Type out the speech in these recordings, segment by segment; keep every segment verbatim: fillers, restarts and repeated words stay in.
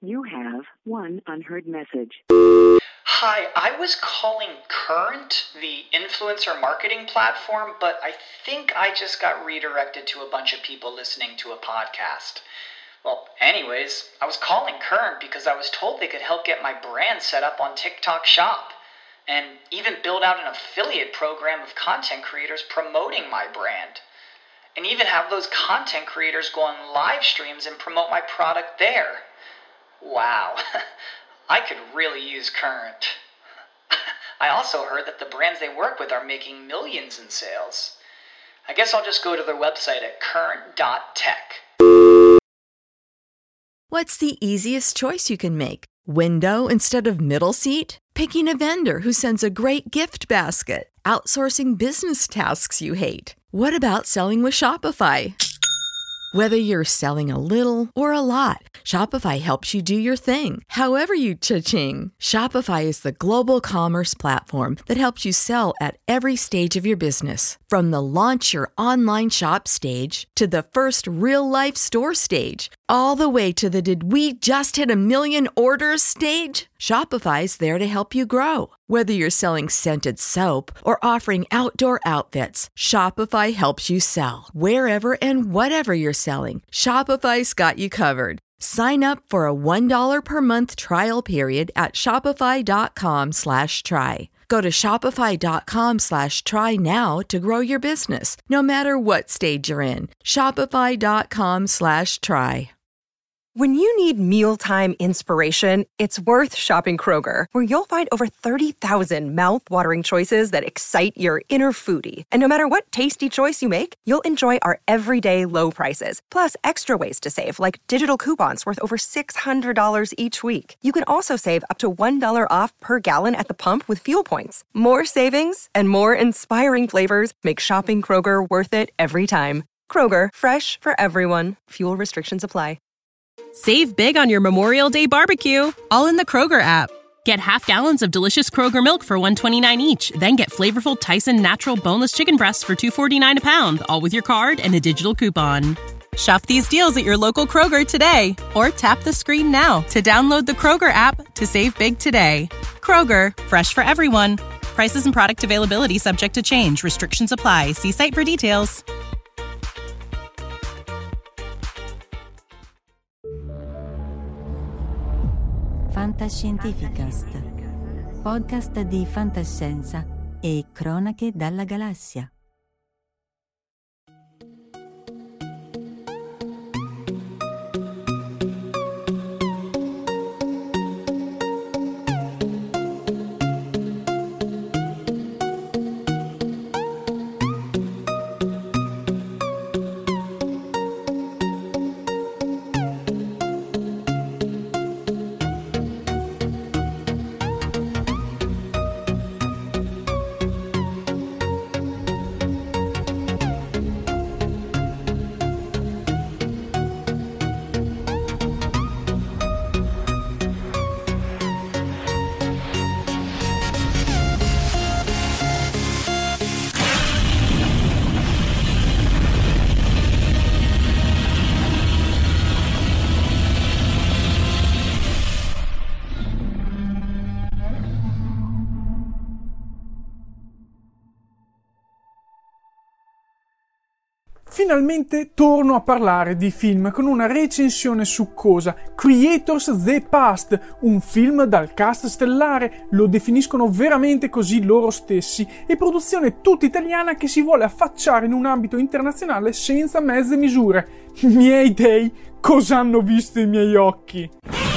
You have one unheard message. Hi, I was calling Current, the influencer marketing platform, but I think I just got redirected to a bunch of people listening to a podcast. Well, anyways, I was calling Current because I was told they could help get my brand set up on TikTok Shop, and even build out an affiliate program of content creators promoting my brand, and even have those content creators go on live streams and promote my product there. Wow, I could really use Current. I also heard that the brands they work with are making millions in sales. I guess I'll just go to their website at current dot tech. What's the easiest choice you can make? Window instead of middle seat? Picking a vendor who sends a great gift basket? Outsourcing business tasks you hate? What about selling with Shopify? Whether you're selling a little or a lot, Shopify helps you do your thing, however you cha-ching. Shopify is the global commerce platform that helps you sell at every stage of your business. From the launch your online shop stage to the first real-life store stage, all the way to the did we just hit a million orders stage? Shopify's there to help you grow. Whether you're selling scented soap or offering outdoor outfits, Shopify helps you sell. Wherever and whatever you're selling, Shopify's got you covered. Sign up for a one dollar per month trial period at shopify.com slash try. Go to shopify.com slash try now to grow your business, no matter what stage you're in. Shopify.com slash try. When you need mealtime inspiration, it's worth shopping Kroger, where you'll find over thirty thousand mouth-watering choices that excite your inner foodie. And no matter what tasty choice you make, you'll enjoy our everyday low prices, plus extra ways to save, like digital coupons worth over six hundred dollars each week. You can also save up to one dollar off per gallon at the pump with fuel points. More savings and more inspiring flavors make shopping Kroger worth it every time. Kroger, fresh for everyone. Fuel restrictions apply. Save big on your Memorial Day barbecue, all in the Kroger app. Get half gallons of delicious Kroger milk for one dollar and twenty-nine cents each. Then get flavorful Tyson natural boneless chicken breasts for two dollars and forty-nine cents a pound, all with your card and a digital coupon. Shop these deals at your local Kroger today, or tap the screen now to download the Kroger app to save big today. Kroger, fresh for everyone. Prices and product availability subject to change. Restrictions apply. See site for details. Fantascientificast, podcast di fantascienza e cronache dalla galassia. Finalmente torno a parlare di film con una recensione succosa. Creators The Past, un film dal cast stellare, lo definiscono veramente così loro stessi, e produzione tutta italiana che si vuole affacciare in un ambito internazionale senza mezze misure. Miei dei, cosa hanno visto i miei occhi?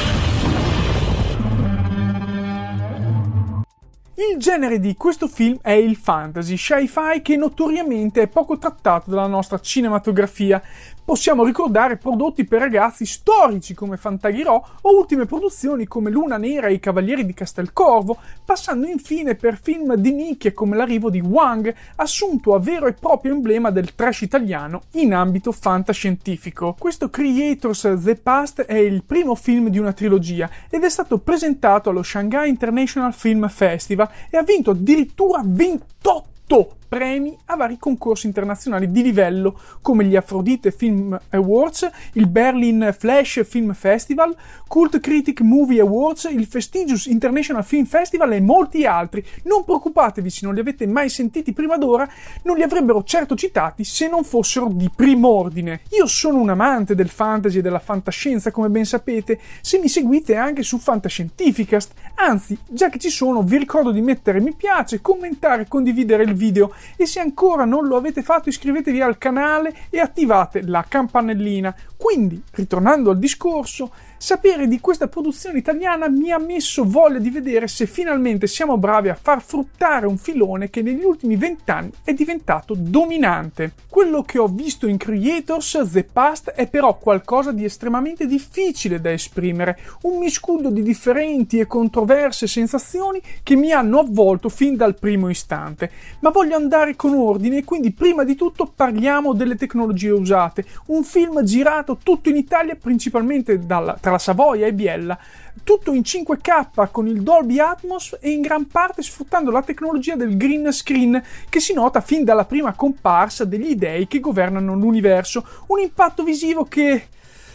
Il genere di questo film è il fantasy, sci-fi, che notoriamente è poco trattato dalla nostra cinematografia. Possiamo ricordare prodotti per ragazzi storici come Fantaghirò o ultime produzioni come Luna Nera e i Cavalieri di Castelcorvo, passando infine per film di nicchia come l'arrivo di Wang, assunto a vero e proprio emblema del trash italiano in ambito fantascientifico. Questo Creators The Past è il primo film di una trilogia ed è stato presentato allo Shanghai International Film Festival e ha vinto addirittura ventotto premi a vari concorsi internazionali di livello come gli Aphrodite Film Awards, il Berlin Flash Film Festival, Cult Critic Movie Awards, il Prestigious International Film Festival e molti altri. Non preoccupatevi se non li avete mai sentiti prima d'ora, non li avrebbero certo citati se non fossero di prim'ordine. Io sono un amante del fantasy e della fantascienza, come ben sapete, se mi seguite anche su Fantascientificast. Anzi, già che ci sono, vi ricordo di mettere mi piace, commentare, condividere il video e se ancora non lo avete fatto iscrivetevi al canale e attivate la campanellina. Quindi, ritornando al discorso, sapere di questa produzione italiana mi ha messo voglia di vedere se finalmente siamo bravi a far fruttare un filone che negli ultimi vent'anni è diventato dominante. Quello che ho visto in Creators The Past è però qualcosa di estremamente difficile da esprimere, un miscuglio di differenti e controverse sensazioni che mi hanno avvolto fin dal primo istante. Ma voglio andare con ordine e quindi prima di tutto parliamo delle tecnologie usate. Un film girato tutto in Italia, principalmente dalla, tra la Savoia e Biella, tutto in cinque K con il Dolby Atmos e in gran parte sfruttando la tecnologia del green screen che si nota fin dalla prima comparsa degli dei che governano l'universo. Un impatto visivo che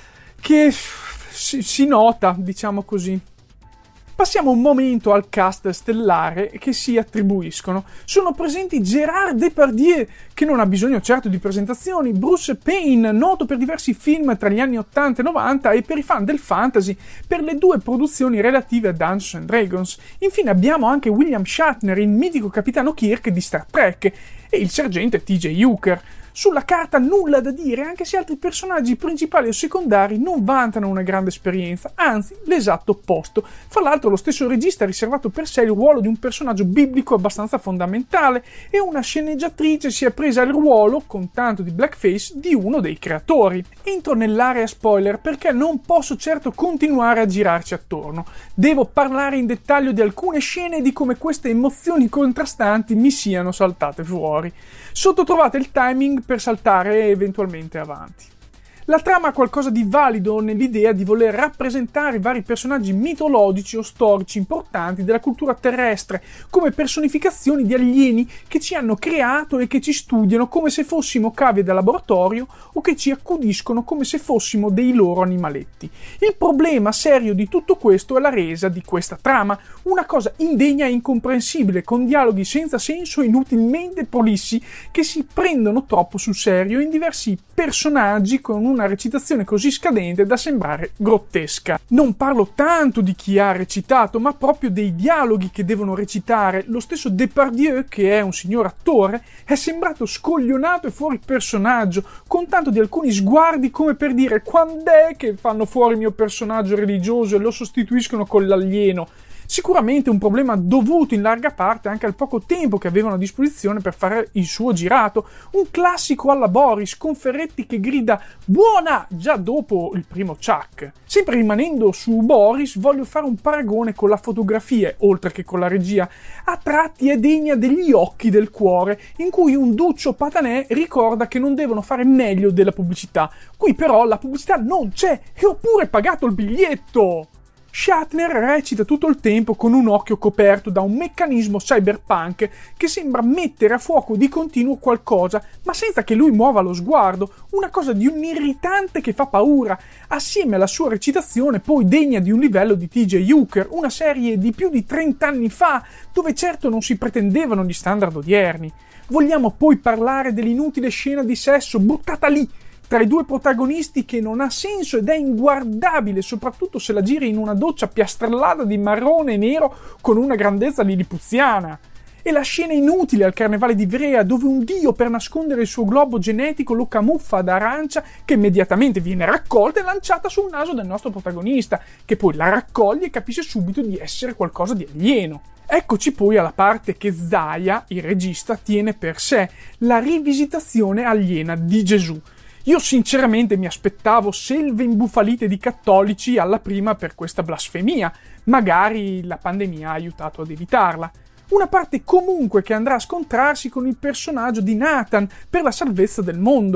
che si, si nota, diciamo così. Passiamo un momento al cast stellare che si attribuiscono. Sono presenti Gérard Depardieu, che non ha bisogno certo di presentazioni, Bruce Payne, noto per diversi film tra gli anni ottanta e novanta e per i fan del fantasy per le due produzioni relative a Dungeons and Dragons. Infine abbiamo anche William Shatner, il mitico capitano Kirk di Star Trek, e il sergente T J Hooker. Sulla carta nulla da dire, anche se altri personaggi principali o secondari non vantano una grande esperienza, anzi l'esatto opposto. Fra l'altro lo stesso regista ha riservato per sé il ruolo di un personaggio biblico abbastanza fondamentale e una sceneggiatrice si è presa il ruolo, con tanto di blackface, di uno dei creatori. Entro nell'area spoiler perché non posso certo continuare a girarci attorno. Devo parlare in dettaglio di alcune scene e di come queste emozioni contrastanti mi siano saltate fuori. Sotto trovate il timing per saltare eventualmente avanti. La trama ha qualcosa di valido nell'idea di voler rappresentare vari personaggi mitologici o storici importanti della cultura terrestre come personificazioni di alieni che ci hanno creato e che ci studiano come se fossimo cavie da laboratorio o che ci accudiscono come se fossimo dei loro animaletti. Il problema serio di tutto questo è la resa di questa trama, una cosa indegna e incomprensibile, con dialoghi senza senso e inutilmente polissi che si prendono troppo sul serio in diversi personaggi con una recitazione così scadente da sembrare grottesca. Non parlo tanto di chi ha recitato, ma proprio dei dialoghi che devono recitare. Lo stesso Depardieu, che è un signor attore, è sembrato scoglionato e fuori personaggio, con tanto di alcuni sguardi come per dire: quand'è che fanno fuori il mio personaggio religioso e lo sostituiscono con l'alieno? Sicuramente un problema dovuto in larga parte anche al poco tempo che avevano a disposizione per fare il suo girato. Un classico alla Boris, con Ferretti che grida "buona" già dopo il primo Chuck. Sempre rimanendo su Boris, voglio fare un paragone con la fotografia, oltre che con la regia. A tratti è degna degli Occhi del cuore, in cui un Duccio Patanè ricorda che non devono fare meglio della pubblicità. Qui però la pubblicità non c'è e ho pure pagato il biglietto! Shatner recita tutto il tempo con un occhio coperto da un meccanismo cyberpunk che sembra mettere a fuoco di continuo qualcosa, ma senza che lui muova lo sguardo, una cosa di un irritante che fa paura, assieme alla sua recitazione poi degna di un livello di T J Hooker, una serie di più di trenta anni fa, dove certo non si pretendevano gli standard odierni. Vogliamo poi parlare dell'inutile scena di sesso buttata lì, tra i due protagonisti, che non ha senso ed è inguardabile, soprattutto se la giri in una doccia piastrellata di marrone e nero con una grandezza lilipuziana. E la scena inutile al carnevale di Ivrea, dove un dio per nascondere il suo globo genetico lo camuffa ad arancia, che immediatamente viene raccolta e lanciata sul naso del nostro protagonista, che poi la raccoglie e capisce subito di essere qualcosa di alieno. Eccoci poi alla parte che Zaya, il regista, tiene per sé, la rivisitazione aliena di Gesù. Io sinceramente mi aspettavo selve imbufalite di cattolici alla prima per questa blasfemia, magari la pandemia ha aiutato ad evitarla. Una parte comunque che andrà a scontrarsi con il personaggio di Nathan per la salvezza del mondo.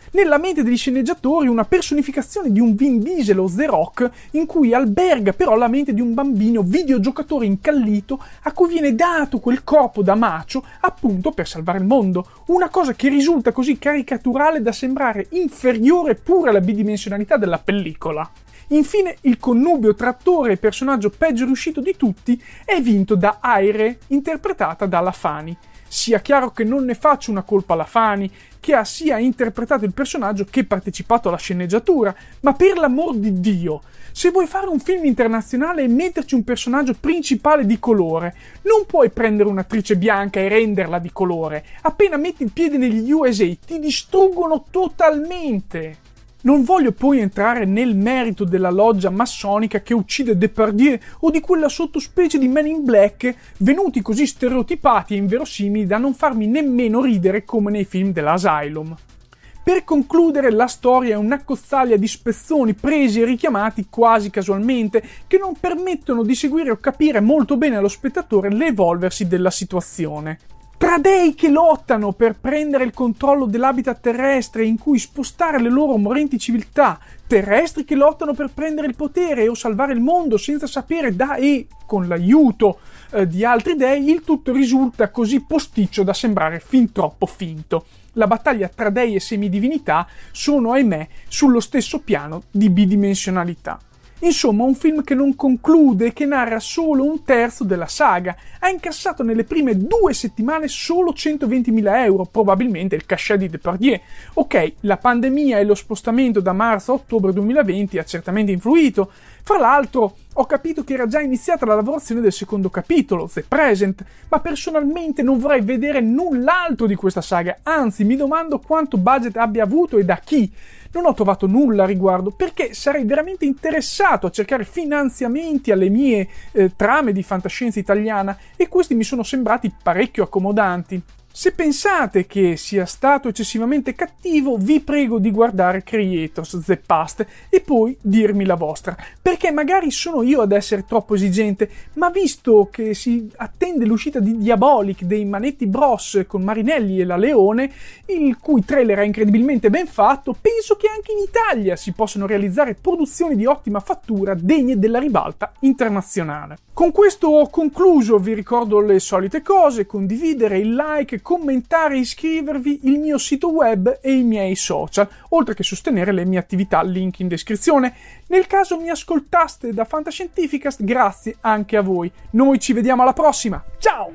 nella mente degli sceneggiatori una personificazione di un Vin Diesel o The Rock, in cui alberga però la mente di un bambino videogiocatore incallito a cui viene dato quel corpo da macho appunto per salvare il mondo, una cosa che risulta così caricaturale da sembrare inferiore pure alla bidimensionalità della pellicola. Infine, il connubio tra attore e personaggio peggio riuscito di tutti è vinto da Aire, interpretata da La Fani. Sia chiaro che non ne faccio una colpa alla Fani, che ha sia interpretato il personaggio che partecipato alla sceneggiatura, ma per l'amor di Dio, se vuoi fare un film internazionale e metterci un personaggio principale di colore, non puoi prendere un'attrice bianca e renderla di colore. Appena metti il piede negli U S A ti distruggono totalmente. Non voglio poi entrare nel merito della loggia massonica che uccide Depardieu o di quella sottospecie di Men in Black venuti così stereotipati e inverosimili da non farmi nemmeno ridere come nei film dell'Asylum. Per concludere, la storia è un'accozzaglia di spezzoni presi e richiamati quasi casualmente che non permettono di seguire o capire molto bene allo spettatore l'evolversi della situazione. Tra dei che lottano per prendere il controllo dell'habitat terrestre in cui spostare le loro morenti civiltà, terrestri che lottano per prendere il potere o salvare il mondo senza sapere da e con l'aiuto eh, di altri dei, il tutto risulta così posticcio da sembrare fin troppo finto. La battaglia tra dei e semidivinità sono, ahimè, sullo stesso piano di bidimensionalità. Insomma, un film che non conclude e che narra solo un terzo della saga. Ha incassato nelle prime due settimane solo centoventimila euro, probabilmente il cachet di Depardieu. Ok, la pandemia e lo spostamento da marzo a ottobre duemilaventi ha certamente influito. Fra l'altro, ho capito che era già iniziata la lavorazione del secondo capitolo, The Present, ma personalmente non vorrei vedere null'altro di questa saga, anzi mi domando quanto budget abbia avuto e da chi. Non ho trovato nulla a riguardo perché sarei veramente interessato a cercare finanziamenti alle mie eh, trame di fantascienza italiana e questi mi sono sembrati parecchio accomodanti. Se pensate che sia stato eccessivamente cattivo, vi prego di guardare Creators The Past e poi dirmi la vostra, perché magari sono io ad essere troppo esigente, ma visto che si attende l'uscita di Diabolic dei Manetti Bros con Marinelli e la Leone, il cui trailer è incredibilmente ben fatto, penso che anche in Italia si possano realizzare produzioni di ottima fattura degne della ribalta internazionale. Con questo ho concluso, vi ricordo le solite cose: condividere, il like, commentare, iscrivervi, il mio sito web e i miei social, oltre che sostenere le mie attività, link in descrizione. Nel caso mi ascoltaste da Fantascientificast, grazie anche a voi. Noi ci vediamo alla prossima, ciao!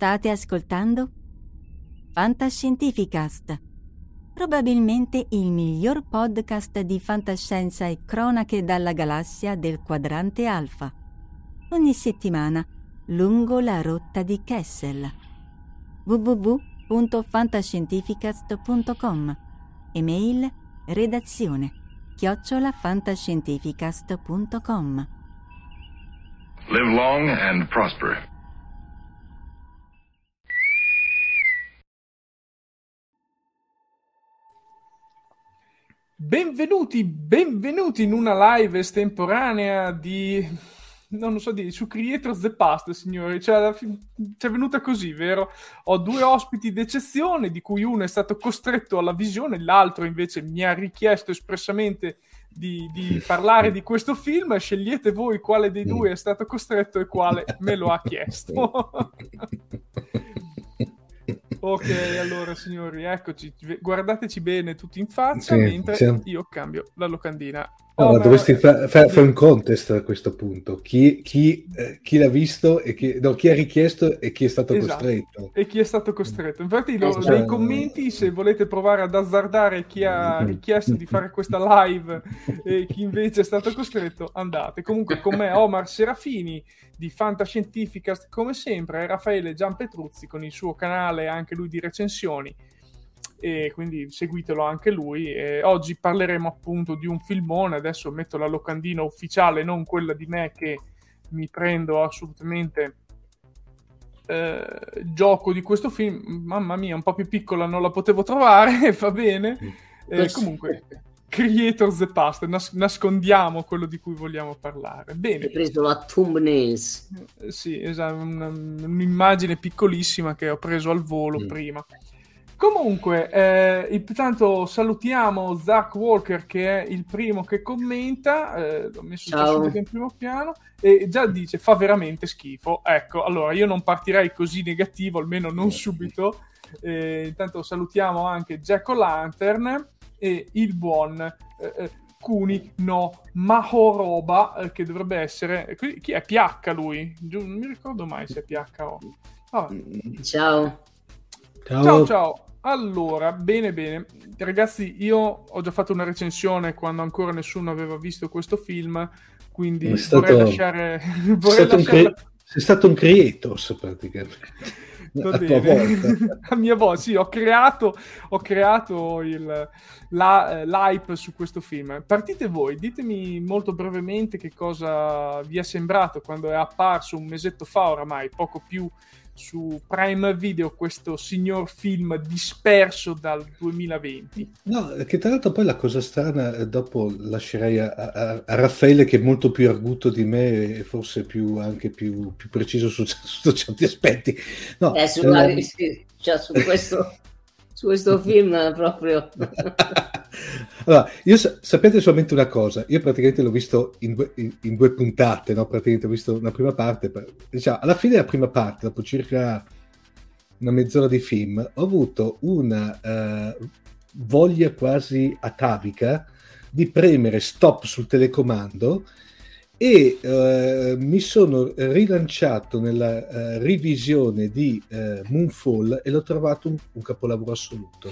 State ascoltando Fantascientificast, probabilmente il miglior podcast di fantascienza e cronache dalla galassia del quadrante alfa. Ogni settimana lungo la rotta di Kessel. w w w punto fantascientificast punto com. Email redazione chiocciola fantascientificast punto com. Live long and prosper. Benvenuti, benvenuti in una live estemporanea di, non lo so, di, su Creators the Past, signori. Cioè, ci è venuta così, vero? Ho due ospiti d'eccezione, di cui uno è stato costretto alla visione, l'altro invece mi ha richiesto espressamente di, di parlare di questo film. Scegliete voi quale dei due è stato costretto e quale me lo ha chiesto. Ok, allora signori, eccoci, guardateci bene tutti in faccia, sì, mentre siamo... io cambio la locandina. No, ma dovresti fare fa, fa un contest a questo punto. Chi, chi, eh, chi l'ha visto e chi, no, chi ha richiesto e chi è stato esatto. costretto. E chi è stato costretto. Infatti lo, esatto. nei commenti, se volete provare ad azzardare chi ha richiesto di fare questa live e chi invece è stato costretto, andate. Comunque con me Omar Serafini di Fantascientificast come sempre, e Raffaele Gianpetruzzi con il suo canale, anche lui di recensioni, e quindi seguitelo anche lui. E oggi parleremo appunto di un filmone. Adesso metto la locandina ufficiale, non quella di me che mi prendo assolutamente eh, gioco di questo film. Mamma mia, un po' più piccola non la potevo trovare, va bene. Eh, comunque Creators the Past, nas- nascondiamo quello di cui vogliamo parlare. Bene. Hai preso la thumbnails. Eh, sì, esatto, una, un'immagine piccolissima che ho preso al volo mm. prima. Comunque, eh, intanto salutiamo Zach Walker, che è il primo che commenta, eh, l'ho messo già subito in primo piano, e già dice fa veramente schifo. Ecco, allora io non partirei così negativo, almeno non subito. Eh, intanto salutiamo anche Jack O'Lantern e il buon eh, Kuni no Mahoroba, eh, che dovrebbe essere... Chi è? P H lui? Non mi ricordo mai se è P H o... Oh. Ciao. Ciao. Ciao, ciao. Allora, bene, bene. Ragazzi, io ho già fatto una recensione quando ancora nessuno aveva visto questo film, quindi stato... vorrei lasciare... vorrei stato lasciare... Un cre... Sei stato un creators, praticamente. A, tua volta. A mia volta, sì, ho creato, ho creato il, la, l'hype su questo film. Partite voi, ditemi molto brevemente che cosa vi è sembrato quando è apparso un mesetto fa oramai, poco più, su Prime Video, questo signor film disperso dal duemilaventi. No, che tra l'altro poi la cosa strana, dopo lascerei a, a, a Raffaele, che è molto più arguto di me e forse più anche più, più preciso su, su certi aspetti. No, eh, su, eh, sì, cioè, su questo su questo film proprio. Allora, io sa- sapete solamente una cosa, io praticamente l'ho visto in due, in, in due puntate, no? Praticamente ho visto una prima parte, per, diciamo, alla fine della prima parte, dopo circa una mezz'ora di film, ho avuto una uh, voglia quasi atavica di premere stop sul telecomando e uh, mi sono rilanciato nella uh, rivisione di uh, Moonfall e l'ho trovato un, un capolavoro assoluto.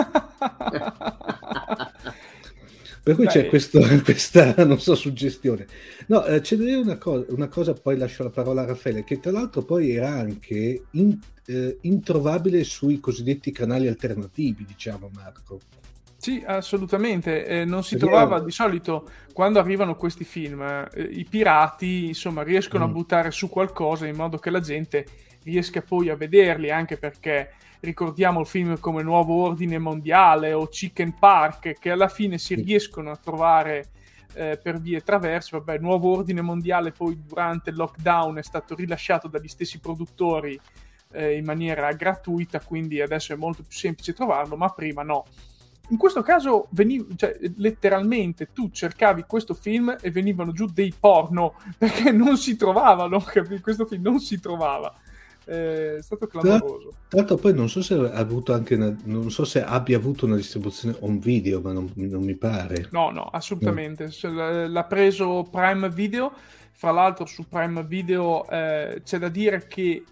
Per cui Beh. c'è questo, questa, non so, suggestione. No, eh, c'è da dire una cosa, una cosa, poi lascio la parola a Raffaele, che tra l'altro poi era anche in, eh, introvabile sui cosiddetti canali alternativi, diciamo, Marco. Sì, assolutamente. Eh, non si Vediamo. trovava di solito, quando arrivano questi film, eh, i pirati, insomma, riescono mm. a buttare su qualcosa in modo che la gente riesca poi a vederli, anche perché ricordiamo il film come Nuovo Ordine Mondiale o Chicken Park, che alla fine si riescono a trovare eh, per vie traverse. Vabbè, Nuovo Ordine Mondiale poi durante il lockdown è stato rilasciato dagli stessi produttori eh, in maniera gratuita, quindi adesso è molto più semplice trovarlo, ma prima no. In questo caso veniv- cioè, letteralmente tu cercavi questo film e venivano giù dei porno, perché non si trovavano, capi? Questo film non si trovava. È stato clamoroso. Tra l'altro poi non so se ha avuto anche una, non so se abbia avuto una distribuzione on video, ma non, non mi pare. No, no, assolutamente. No. L'ha preso Prime Video. Fra l'altro su Prime Video eh, c'è da dire che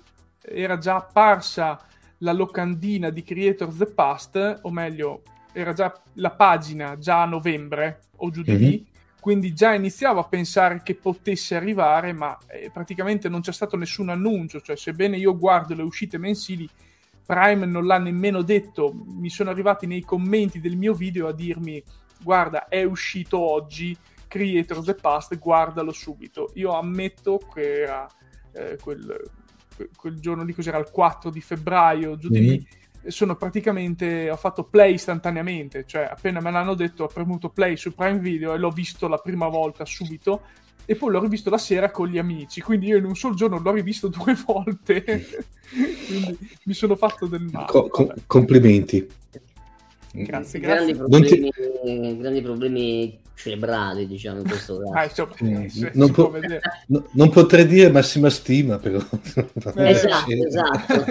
era già apparsa la locandina di Creators the Past, o meglio, era già la pagina già a novembre o giù di Mhm. lì, quindi già iniziavo a pensare che potesse arrivare, ma eh, praticamente non c'è stato nessun annuncio, cioè sebbene io guardo le uscite mensili, Prime non l'ha nemmeno detto. Mi sono arrivati nei commenti del mio video a dirmi: guarda, è uscito oggi Creators the Past, guardalo subito. Io ammetto che era eh, quel, quel giorno lì, cos'era, il quattro di febbraio, giù di Mhm. lì, sono praticamente, ho fatto play istantaneamente, cioè appena me l'hanno detto ho premuto play su Prime Video e l'ho visto la prima volta subito, e poi l'ho rivisto la sera con gli amici, quindi io in un solo giorno l'ho rivisto due volte. Quindi mi sono fatto del male. Co- co- Vabbè. complimenti. Grazie, grandi grazie. Non ti- problemi, grandi problemi cerebrali, diciamo, in questo caso. Ah, insomma, Mm, se- non si può- può vedere. No- non potrei dire massima stima, però. Eh, Esatto, Sì. esatto.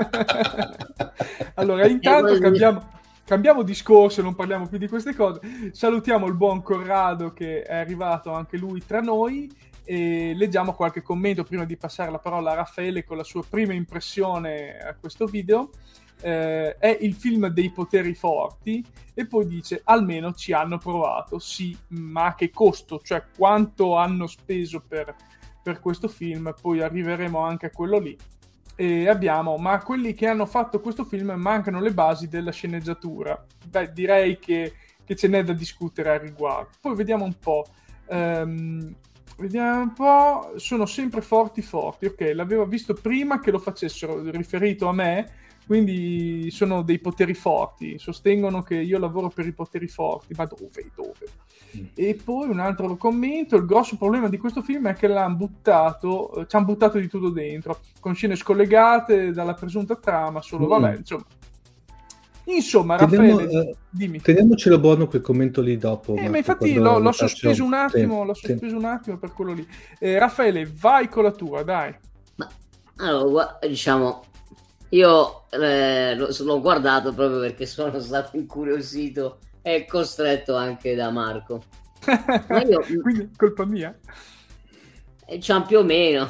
Allora, intanto Eh, cambiamo, cambiamo discorso, non parliamo più di queste cose. Salutiamo il buon Corrado che è arrivato anche lui tra noi e leggiamo qualche commento prima di passare la parola a Raffaele con la sua prima impressione a questo video. Eh, è il film dei poteri forti, e poi dice: almeno ci hanno provato. Sì, ma a che costo? Cioè, quanto hanno speso per, per questo film? Poi arriveremo anche a quello lì. E abbiamo: ma quelli che hanno fatto questo film mancano le basi della sceneggiatura. Beh, direi che, che ce n'è da discutere al riguardo. Poi vediamo un po'. Ehm, vediamo un po'. Sono sempre forti forti. Ok, l'avevo visto prima che lo facessero riferito a me, quindi sono dei poteri forti. Sostengono che io lavoro per i poteri forti. Ma dove? Dove? Mm. E poi un altro commento: il grosso problema di questo film è che l'hanno buttato, eh, ci hanno buttato di tutto dentro, con scene scollegate dalla presunta trama, solo Mm. vabbè, insomma. Insomma, Teniamo, Raffaele, eh, dimmi. Teniamocelo buono quel commento lì dopo. Eh, Marco, ma infatti quando l'ho, lo l'ho faccio- sospeso un attimo, Sì, l'ho sì. sospeso un attimo per quello lì. Eh, Raffaele, vai con la tua, dai. Ma allora, gua- diciamo, io eh, lo- l'ho guardato proprio perché sono stato incuriosito e costretto anche da Marco. Ma io Quindi colpa mia. eh, c'han più o meno,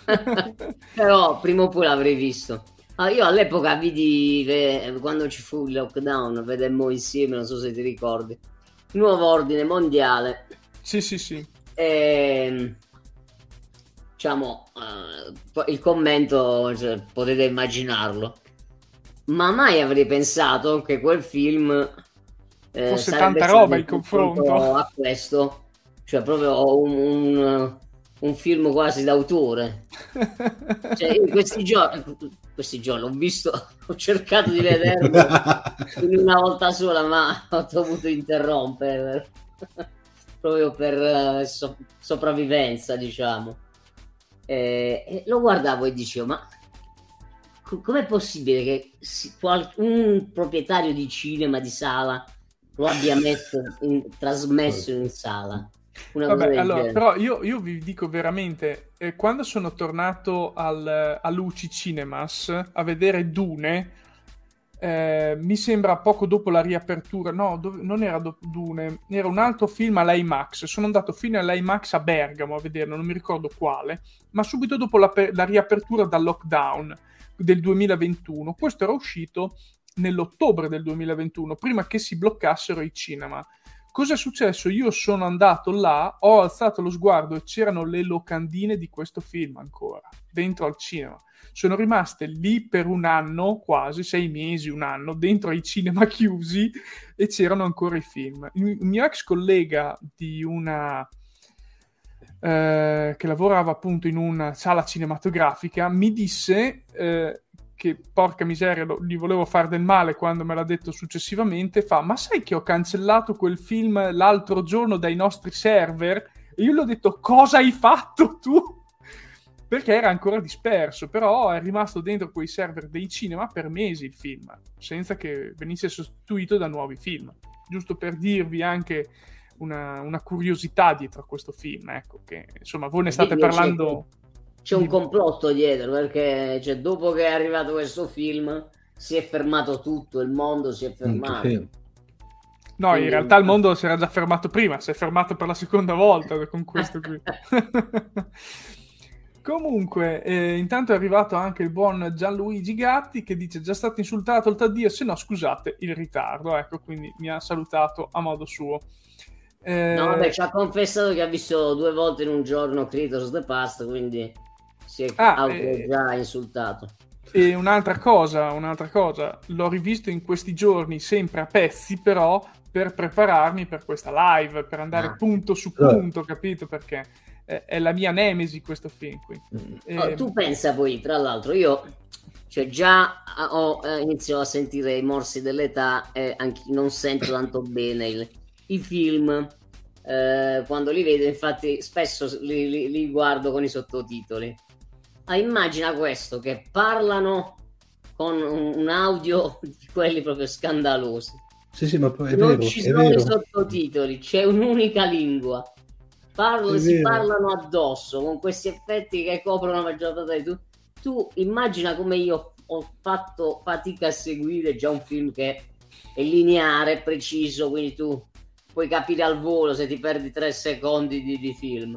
però prima o poi l'avrei visto. Ah, io all'epoca vidi, eh, quando ci fu il lockdown, vedemmo insieme, non so se ti ricordi, il nuovo ordine mondiale. Sì, sì, sì. E, diciamo, eh, poi il commento, cioè, potete immaginarlo, ma mai avrei pensato che quel film eh, Fosse sarebbe tanta stato roba in un confronto. a questo, cioè proprio un, un, un film quasi d'autore. Cioè, io questi giorni questi giorni l'ho visto, ho cercato di vederlo in una volta sola, ma ho dovuto interrompere proprio per eh, so- sopravvivenza, diciamo. E, e lo guardavo e dicevo: ma co- com'è possibile che si- qual- un proprietario di cinema, di sala, lo abbia messo in- trasmesso in sala? Una cosa Vabbè, del allora, genere. però io, io vi dico veramente, eh, quando sono tornato al, a Luci Cinemas a vedere Dune, eh, mi sembra poco dopo la riapertura, no, dove- non era do- Dune, era un altro film all'IMAX. Sono andato fino all'IMAX a Bergamo a vederlo, non mi ricordo quale, ma subito dopo la, pe- la riapertura dal lockdown del duemilaventuno. Questo era uscito nell'ottobre del duemilaventuno, prima che si bloccassero i cinema. Cosa è successo? Io sono andato là, ho alzato lo sguardo e c'erano le locandine di questo film ancora, dentro al cinema. Sono rimaste lì per un anno, quasi, sei mesi, un anno, dentro ai cinema chiusi, e c'erano ancora i film. Il mio ex collega di una... Eh, che lavorava appunto in una sala cinematografica mi disse... Eh, che porca miseria, lo, gli volevo fare del male quando me l'ha detto successivamente, fa: ma sai che ho cancellato quel film l'altro giorno dai nostri server? E io gli ho detto: cosa hai fatto tu? Perché era ancora disperso, però è rimasto dentro quei server dei cinema per mesi il film, senza che venisse sostituito da nuovi film. Giusto per dirvi anche una, una curiosità dietro a questo film, ecco, che insomma voi ne state Quindi parlando... C'è un complotto dietro, perché cioè, dopo che è arrivato questo film si è fermato tutto, il mondo si è fermato. Sì. No, Quindi- in realtà il mondo si era già fermato prima, si è fermato per la seconda volta con questo qui. Comunque, eh, intanto è arrivato anche il buon Gianluigi Gatti che dice: già stato insultato il Taddio, se no scusate il ritardo. Ecco, quindi mi ha salutato a modo suo. Eh... No, vabbè, ci ha confessato che ha visto due volte in un giorno Kratos the Past, quindi si è ah, auto eh... già insultato. E un'altra cosa, un'altra cosa, l'ho rivisto in questi giorni sempre a pezzi, però per prepararmi per questa live, per andare ah. punto su punto, capito? Perché è, è la mia nemesi questo film qui. Mm. Oh, e... tu pensa poi, tra l'altro, io cioè già ho eh, inizio a sentire i morsi dell'età e anche non sento tanto bene il, i film eh, quando li vedo, infatti spesso li, li, li guardo con i sottotitoli. Ah, immagina questo, che parlano con un, un audio di quelli proprio scandalosi. Sì, sì, ma poi è non vero, ci è sono vero. i sottotitoli, c'è un'unica lingua. Parlo, si vero. parlano addosso con questi effetti che coprono la maggior parte di tu. Tu immagina come io ho fatto fatica a seguire già un film che è lineare, preciso, quindi tu puoi capire al volo se ti perdi tre secondi di, di film.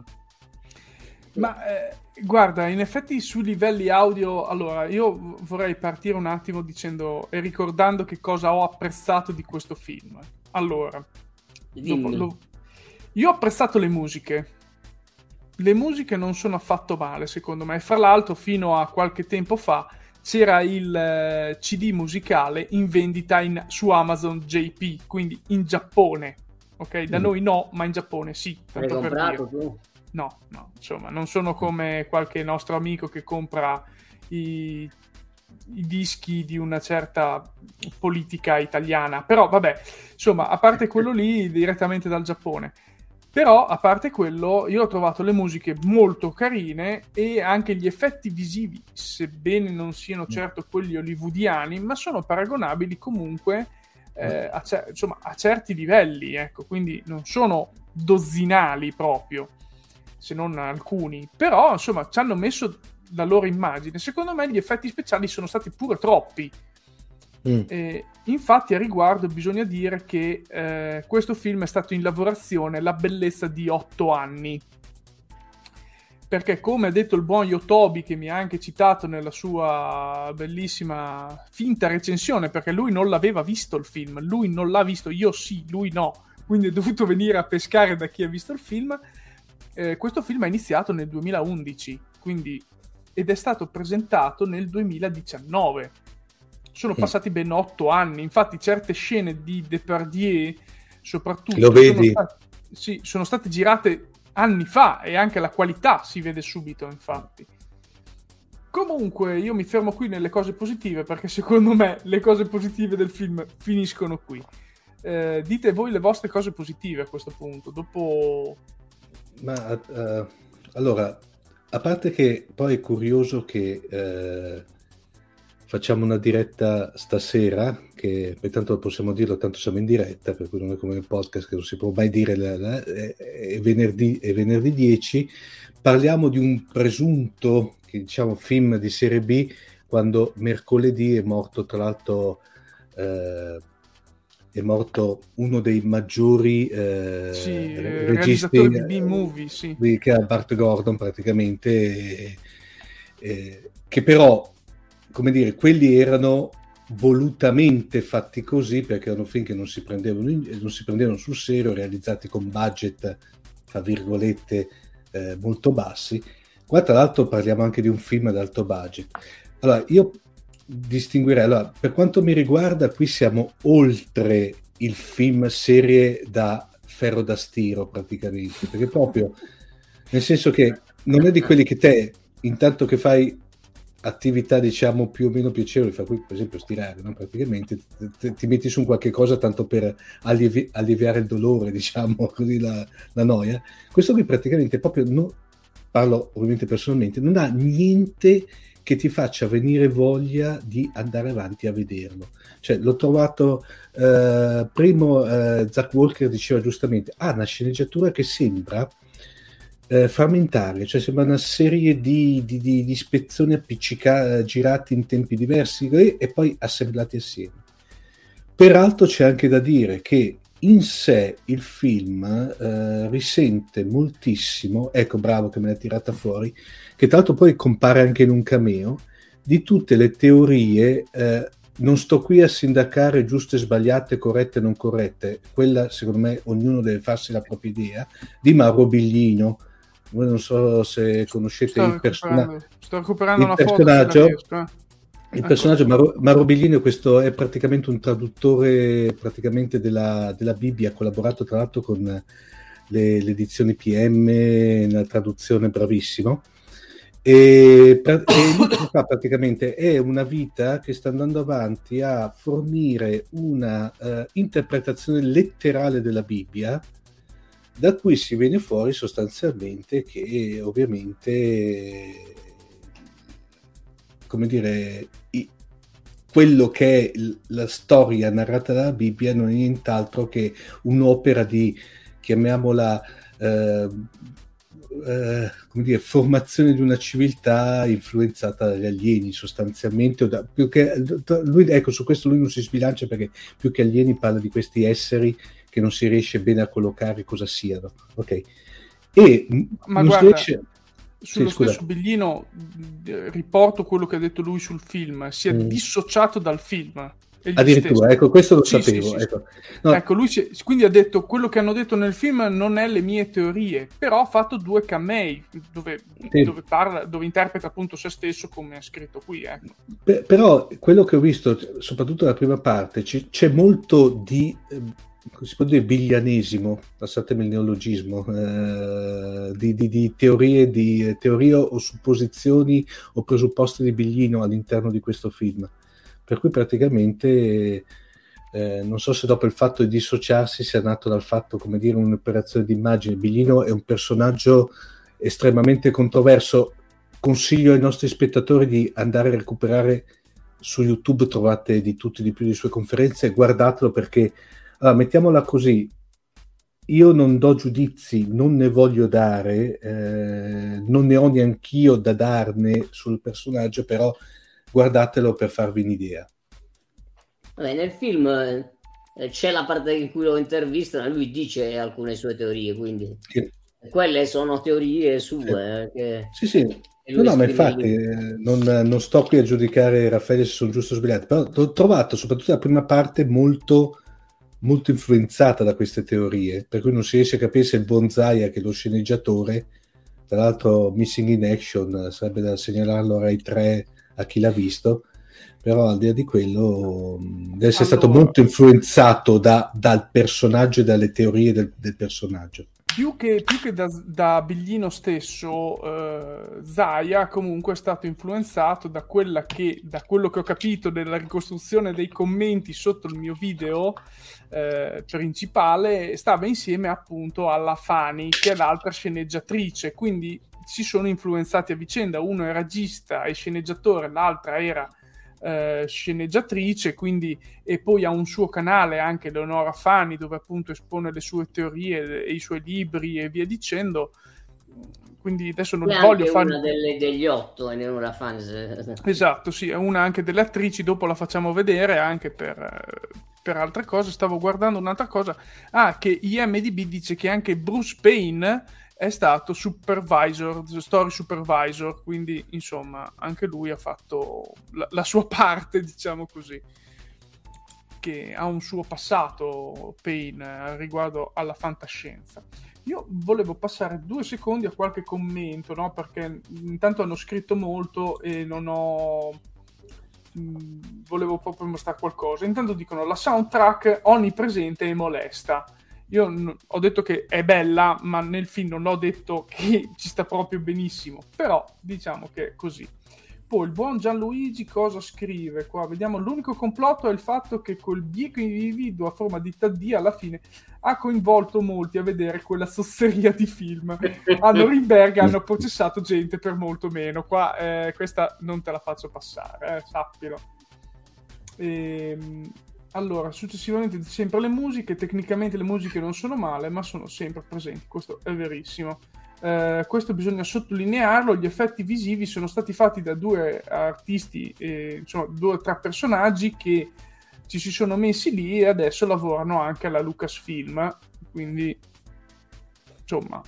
Ma eh, guarda, in effetti sui livelli audio, allora io vorrei partire un attimo dicendo e ricordando che cosa ho apprezzato di questo film. Allora, dopo, lo, io ho apprezzato le musiche. Le musiche non sono affatto male, secondo me. Fra l'altro, fino a qualche tempo fa c'era il eh, C D musicale in vendita in, su Amazon J P, quindi in Giappone. Ok, da mm. noi no, ma in Giappone sì. L'hai comprato tu? No, no, insomma, non sono come qualche nostro amico che compra i, i dischi di una certa politica italiana. Però, vabbè, insomma, a parte quello lì, direttamente dal Giappone. Però, a parte quello, io ho trovato le musiche molto carine e anche gli effetti visivi, sebbene non siano certo quelli hollywoodiani, ma sono paragonabili comunque eh, a, cer- insomma, a certi livelli, ecco, quindi non sono dozzinali proprio, se non alcuni, però insomma ci hanno messo la loro immagine. Secondo me gli effetti speciali sono stati pure troppi. Mm. E, infatti a riguardo bisogna dire che eh, questo film è stato in lavorazione la bellezza di otto anni, perché come ha detto il buon Yotobi, che mi ha anche citato nella sua bellissima finta recensione, perché lui non l'aveva visto il film, lui non l'ha visto, io sì, lui no, quindi è dovuto venire a pescare da chi ha visto il film. Eh, questo film è iniziato nel duemilaundici, quindi, ed è stato presentato nel duemiladiciannove. Sono mm. passati ben otto anni. Infatti certe scene di Depardieu, soprattutto, lo vedi? Sono state, sì, sono state girate anni fa e anche la qualità si vede subito, infatti. Comunque io mi fermo qui nelle cose positive, perché secondo me le cose positive del film finiscono qui. Eh, dite voi le vostre cose positive a questo punto, dopo... Ma uh, allora, a parte che poi è curioso che uh, facciamo una diretta stasera, che poi tanto possiamo dirlo, tanto siamo in diretta, per cui non è come nel podcast che non si può mai dire, la, la, è, è, venerdì, è venerdì dieci, parliamo di un presunto, che, diciamo, film di serie B, quando mercoledì è morto, tra l'altro... Uh, è morto uno dei maggiori eh, sì, registi di B-movie, sì. che è Bart Gordon praticamente, e, e, che però, come dire, quelli erano volutamente fatti così perché erano film che non si prendevano, in, non si prendevano sul serio, realizzati con budget, tra virgolette, eh, molto bassi. Qua tra l'altro parliamo anche di un film ad alto budget. Allora, io distinguerei, allora, per quanto mi riguarda, qui siamo oltre il film serie da ferro da stiro praticamente, perché proprio nel senso che non è di quelli che te, intanto che fai attività diciamo più o meno piacevoli, fa qui per esempio stirare, no? Praticamente ti, ti metti su un qualche cosa tanto per allievi, alleviare il dolore, diciamo così, la, la noia. Questo qui praticamente proprio, no, parlo ovviamente personalmente, non ha niente che ti faccia venire voglia di andare avanti a vederlo. Cioè, l'ho trovato, eh, primo, eh, Zack Walker diceva giustamente, ha ah, una sceneggiatura che sembra eh, frammentaria, cioè sembra una serie di, di, di, di spezzoni appiccicati, girati in tempi diversi e poi assemblati assieme. Peraltro c'è anche da dire che in sé il film eh, risente moltissimo, ecco bravo che me l'ha tirata fuori, che tra l'altro poi compare anche in un cameo, di tutte le teorie, eh, non sto qui a sindacare giuste e sbagliate, corrette e non corrette, quella secondo me ognuno deve farsi la propria idea, di Mauro Biglino. Voi non so se conoscete sto il, persona- sto recuperando il una personaggio. foto, riesco, eh. Il personaggio Mauro, Mauro Biglino, questo è praticamente un traduttore praticamente della, della Bibbia, ha collaborato tra l'altro con le, le edizioni P M nella traduzione, bravissimo. E, e lui che fa praticamente è una vita che sta andando avanti a fornire una uh, interpretazione letterale della Bibbia, da cui si viene fuori sostanzialmente che ovviamente, come dire, i, quello che è l- la storia narrata dalla Bibbia non è nient'altro che un'opera di, chiamiamola, eh, eh, come dire, formazione di una civiltà influenzata dagli alieni sostanzialmente, o da, più che, lui, ecco, su questo lui non si sbilancia, perché più che alieni parla di questi esseri che non si riesce bene a collocare cosa siano, ok? E ma non guarda, si riesce... sullo sì, scusa. stesso Biglino riporto quello che ha detto lui sul film, si è mm. dissociato dal film. Addirittura, stesso. Ecco, questo lo sì, sapevo. Sì, sì, ecco. sì. No. ecco, lui si, quindi ha detto quello che hanno detto nel film non è le mie teorie, però ha fatto due camei dove, sì. dove parla, dove interpreta appunto se stesso, come è scritto qui. Ecco. P- però quello che ho visto, soprattutto nella prima parte, c- c'è molto di, eh, si può dire, biglianesimo, passatemi il neologismo, eh, di, di, di teorie, di teorie o supposizioni o presupposti di Biglino all'interno di questo film. Per cui praticamente eh, non so se dopo il fatto di dissociarsi sia nato dal fatto, come dire, un'operazione di immagine. Biglino è un personaggio estremamente controverso. Consiglio ai nostri spettatori di andare a recuperare su YouTube, trovate di tutto e di più di sue conferenze, guardatelo, perché allora, mettiamola così, io non do giudizi, non ne voglio dare, eh, non ne ho neanch'io da darne sul personaggio, però guardatelo per farvi un'idea. Vabbè, nel film eh, c'è la parte in cui lo intervistano e lui dice alcune sue teorie, quindi sì. Quelle sono teorie sue. Sì, eh, che, sì. sì. che no, no, ma infatti eh, non, non sto qui a giudicare Raffaele se sono giusto o sbagliato, però l'ho trovato, soprattutto la prima parte, molto, molto influenzata da queste teorie, per cui non si riesce a capire se il buon Zaya, che è lo sceneggiatore, tra l'altro Missing in Action, sarebbe da segnalarlo a Rai tre a chi l'ha visto, però al di là di quello deve essere allora, stato molto influenzato da, dal personaggio e dalle teorie del, del personaggio. Più che, più che da, da Biglino stesso, eh, Zaya comunque è stato influenzato da quella che, da quello che ho capito della ricostruzione dei commenti sotto il mio video eh, principale, stava insieme appunto alla Fani, che è l'altra sceneggiatrice, quindi si sono influenzati a vicenda. Uno è regista e sceneggiatore, l'altra era eh, sceneggiatrice, quindi, e poi ha un suo canale anche, Leonora Fani, dove appunto espone le sue teorie e i suoi libri e via dicendo. Quindi adesso non è voglio anche fare una delle, degli otto, Leonora Fani. Esatto, sì, è una anche delle attrici, dopo la facciamo vedere anche per, per altre cose. Stavo guardando un'altra cosa, ah, che I M D B dice che anche Bruce Payne è stato supervisor, story supervisor, quindi insomma anche lui ha fatto la, la sua parte, diciamo così, che ha un suo passato, Payne, riguardo alla fantascienza. Io volevo passare due secondi a qualche commento, no? Perché intanto hanno scritto molto e non ho... Mh, volevo proprio mostrare qualcosa. Intanto dicono la soundtrack onnipresente e molesta. Io n- ho detto che è bella, ma nel film non ho detto che ci sta proprio benissimo. Però diciamo che è così. Poi il buon Gianluigi cosa scrive qua? Vediamo, l'unico complotto è il fatto che quel bieco individuo a forma di Taddia alla fine ha coinvolto molti a vedere quella sozzeria di film. A Norimberga hanno processato gente per molto meno. Qua eh, questa non te la faccio passare, eh, sappilo. Ehm... Allora, successivamente sempre le musiche, tecnicamente le musiche non sono male, ma sono sempre presenti, questo è verissimo. Eh, questo bisogna sottolinearlo, gli effetti visivi sono stati fatti da due artisti, eh, insomma due o tre personaggi che ci si sono messi lì e adesso lavorano anche alla Lucasfilm, quindi insomma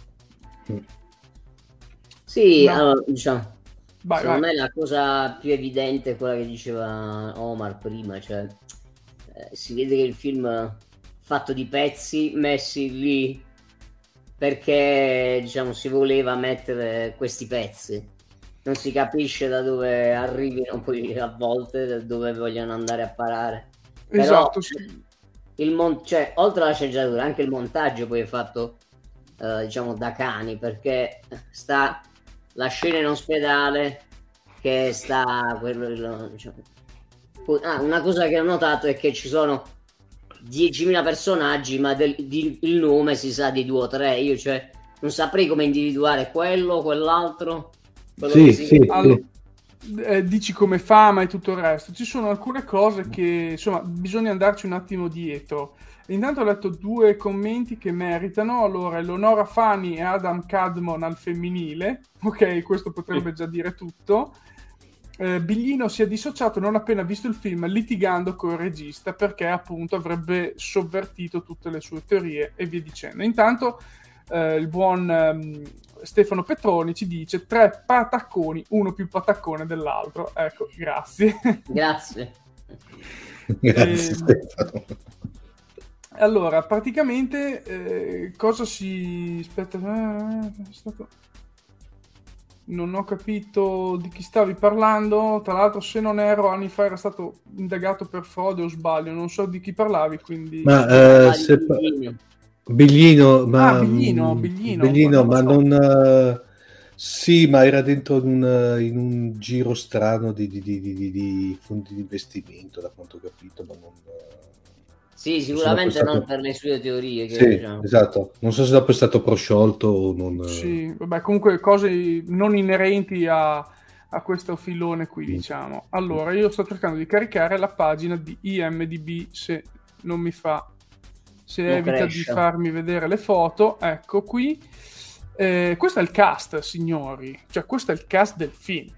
sì, no. allora, diciamo vai, secondo vai. me la cosa più evidente è quella che diceva Omar prima, cioè eh, si vede che il film è fatto di pezzi messi lì perché diciamo si voleva mettere questi pezzi, non si capisce da dove arrivino poi a volte, da dove vogliono andare a parare. Però Esatto, sì. il mon- cioè, oltre alla sceneggiatura anche il montaggio poi è fatto eh, diciamo da cani, perché sta la scena in ospedale che sta quello, diciamo, ah, una cosa che ho notato è che ci sono diecimila personaggi, ma del, di, il nome si sa di due o tre. Io cioè non saprei come individuare quello, quell'altro, quello sì, che si... sì, Allora, eh, dici come fama e tutto il resto. Ci sono alcune cose che insomma bisogna andarci un attimo dietro. Intanto ho letto due commenti che meritano. Allora, Eleonora Fani e Adam Cadmon al femminile. Ok, questo potrebbe già dire tutto. Eh, Biglino si è dissociato non appena visto il film, litigando con il regista perché appunto avrebbe sovvertito tutte le sue teorie e via dicendo. Intanto eh, il buon ehm, Stefano Petroni ci dice tre patacconi, uno più pataccone dell'altro. Ecco, grazie. Grazie. Grazie, e, Stefano. Allora, praticamente eh, cosa si... Aspetta, eh, è stato... non ho capito di chi stavi parlando. Tra l'altro, se non erro, anni fa era stato indagato per frode o sbaglio, non so di chi parlavi, quindi... Ma eh, se pa- Biglino, ma ah, Biglino, Biglino, Biglino, ma ma non, non, so. uh, sì, ma era dentro in un, in un giro strano di, di, di, di, di fondi di investimento, da quanto ho capito, ma non... Sì, sicuramente stato... non per le sue teorie. Che, sì, diciamo. esatto. Non so se dopo è stato prosciolto o non... Sì, vabbè, comunque cose non inerenti a, a questo filone qui, diciamo. Allora, io sto cercando di caricare la pagina di I M D B, se non mi fa... se non evita cresce. di farmi vedere le foto. Ecco qui. Eh, questo è il cast, signori. Cioè, questo è il cast del film.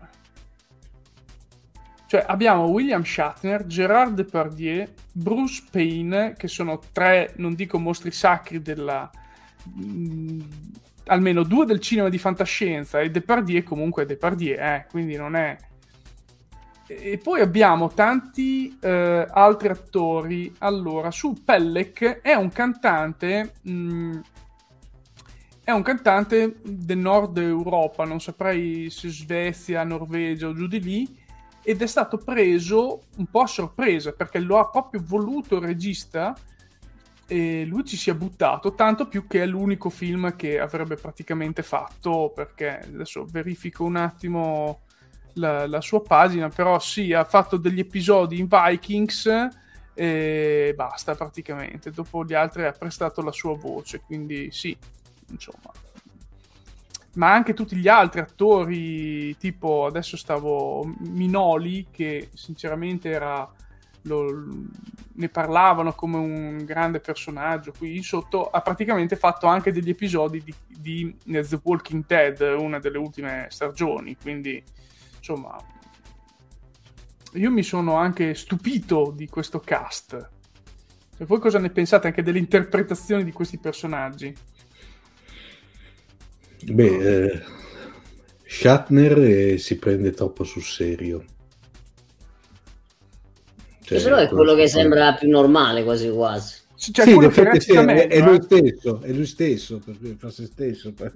Cioè, abbiamo William Shatner, Gerard Depardieu, Bruce Payne, che sono tre, non dico mostri sacri della... Mh, almeno due del cinema di fantascienza, e Depardieu comunque è Depardieu, eh, quindi non è... E poi abbiamo tanti eh, altri attori. Allora, su Pellek è un cantante... Mh, è un cantante del nord Europa, non saprei se Svezia, Norvegia o giù di lì, ed è stato preso un po' a sorpresa perché lo ha proprio voluto il regista e lui ci si è buttato, tanto più che è l'unico film che avrebbe praticamente fatto, perché adesso verifico un attimo la, la sua pagina, però sì, ha fatto degli episodi in Vikings e basta praticamente, dopo gli altri ha prestato la sua voce, quindi sì, insomma. Ma anche tutti gli altri attori, tipo adesso stavo Minoli, che sinceramente era lo, ne parlavano come un grande personaggio qui in sotto, ha praticamente fatto anche degli episodi di, di The Walking Dead, una delle ultime stagioni, quindi insomma io mi sono anche stupito di questo cast. E voi cosa ne pensate anche delle interpretazioni di questi personaggi? Beh, eh, Shatner eh, si prende troppo sul serio. Cioè, però è quello che sembra più normale quasi quasi. Cioè, sì, quello che effetti, sì, meglio, è, è lui eh? stesso, è lui stesso, per, per se stesso. Per...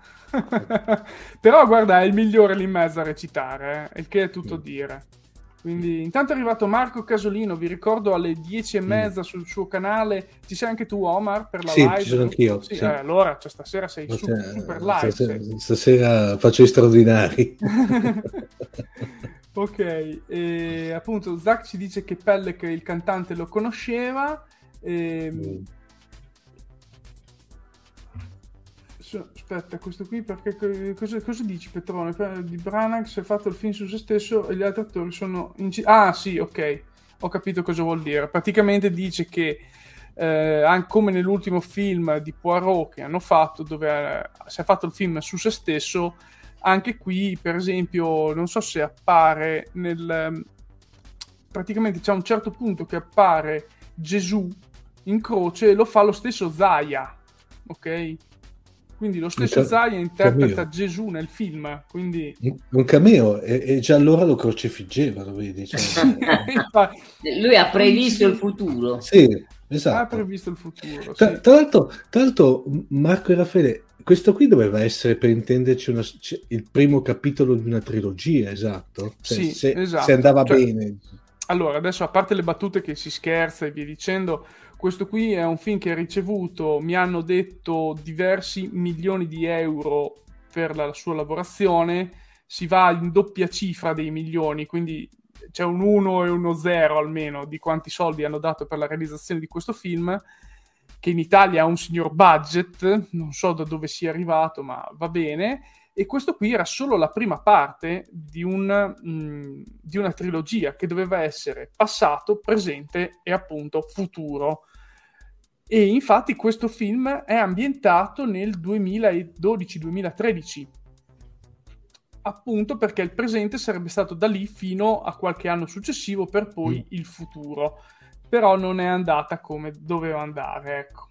Però guarda, è il migliore lì in mezzo a recitare, eh? Il che è tutto Mm. dire. Quindi intanto è arrivato Marco Casolino, vi ricordo alle dieci e mezza mm. sul suo canale. Ci sei anche tu, Omar, per la sì, live? Ci sono anch'io. Sì, sì. Eh, allora cioè, stasera sei su, Cioè, super live. Stasera, sei. stasera faccio gli straordinari. Ok, e appunto Zach ci dice che Pellek il cantante lo conosceva. E... Mm. Aspetta, questo qui perché cosa, cosa dici, Petrone? Di Branagh si è fatto il film su se stesso e gli altri attori sono inc- ah sì, ok, ho capito cosa vuol dire. Praticamente dice che eh, anche come nell'ultimo film di Poirot che hanno fatto, dove eh, si è fatto il film su se stesso, anche qui per esempio non so se appare nel praticamente c'è un certo punto che appare Gesù in croce e lo fa lo stesso Zaya, ok? Quindi lo stesso Un ca- Zaya interpreta cameo. Gesù nel film, quindi... Un cameo, e, e già allora lo crocifiggevano, vedi? Cioè, Lui ha previsto il futuro. sì, esatto. Ha previsto il futuro, Tra, sì. tra l'altro, tra l'altro, Marco e Raffaele, questo qui doveva essere, per intenderci, una- c- il primo capitolo di una trilogia, esatto? Cioè, Sì, se, esatto. se andava Cioè, bene. Allora, adesso a parte le battute che si scherza e via dicendo, questo qui è un film che ha ricevuto, mi hanno detto, diversi milioni di euro per la sua lavorazione, si va in doppia cifra dei milioni, quindi c'è un uno e uno zero almeno di quanti soldi hanno dato per la realizzazione di questo film, che in Italia ha un signor budget, non so da dove sia arrivato, ma va bene. E questo qui era solo la prima parte di, un, mh, di una trilogia che doveva essere passato, presente e appunto futuro. E infatti questo film è ambientato nel duemiladodici duemilatredici, appunto perché il presente sarebbe stato da lì fino a qualche anno successivo per poi mm. il futuro. Però non è andata come doveva andare, ecco.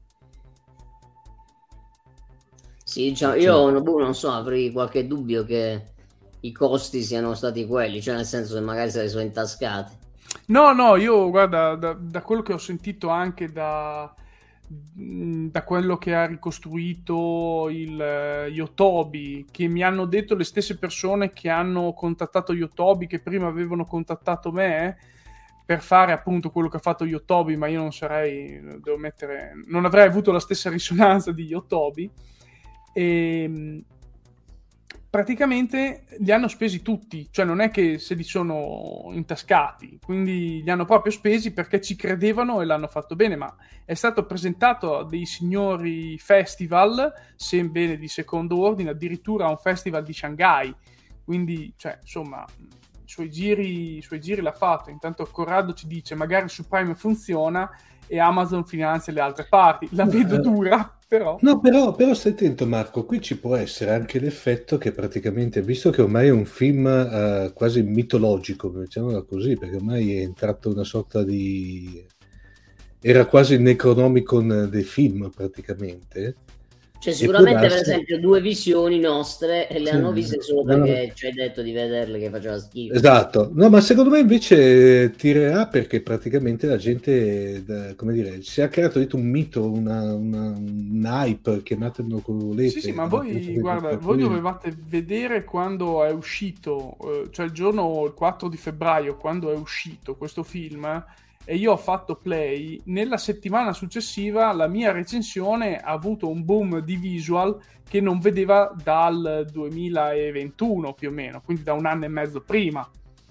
Sì, diciamo, io non so, avrei qualche dubbio che i costi siano stati quelli, cioè nel senso che magari se li sono intascati. No, no, io guarda, da, da quello che ho sentito anche da, da quello che ha ricostruito il uh, Yotobi, che mi hanno detto le stesse persone che hanno contattato Yotobi, che prima avevano contattato me, per fare appunto quello che ha fatto Yotobi, ma io non sarei, devo mettere, non avrei avuto la stessa risonanza di Yotobi. E praticamente li hanno spesi tutti, cioè non è che se li sono intascati, quindi li hanno proprio spesi perché ci credevano e l'hanno fatto bene, ma è stato presentato a dei signori festival, sebbene di secondo ordine, addirittura a un festival di Shanghai, quindi cioè insomma i suoi giri, i suoi giri l'ha fatto. Intanto Corrado ci dice magari su Prime funziona e Amazon finanzia le altre parti, la vedo dura. Però. No, però, però stai attento Marco, qui ci può essere anche l'effetto che praticamente, visto che ormai è un film uh, quasi mitologico, diciamola così, perché ormai è entrato una sorta di... era quasi il Necronomicon dei film praticamente. Cioè sicuramente darsi... per esempio due visioni nostre e le sì, hanno viste solo perché no. ci hai detto di vederle che faceva schifo. Esatto, no, ma secondo me invece tirerà perché praticamente la gente, come dire, si è creato detto un mito, una, una, un hype, chiamatelo come volete. Sì, sì, ma voi, guarda, voi dovevate vedere quando è uscito, cioè il giorno, il quattro di febbraio, quando è uscito questo film, e io ho fatto play, nella settimana successiva la mia recensione ha avuto un boom di visual che non vedeva dal duemilaventuno più o meno, quindi da un anno e mezzo prima,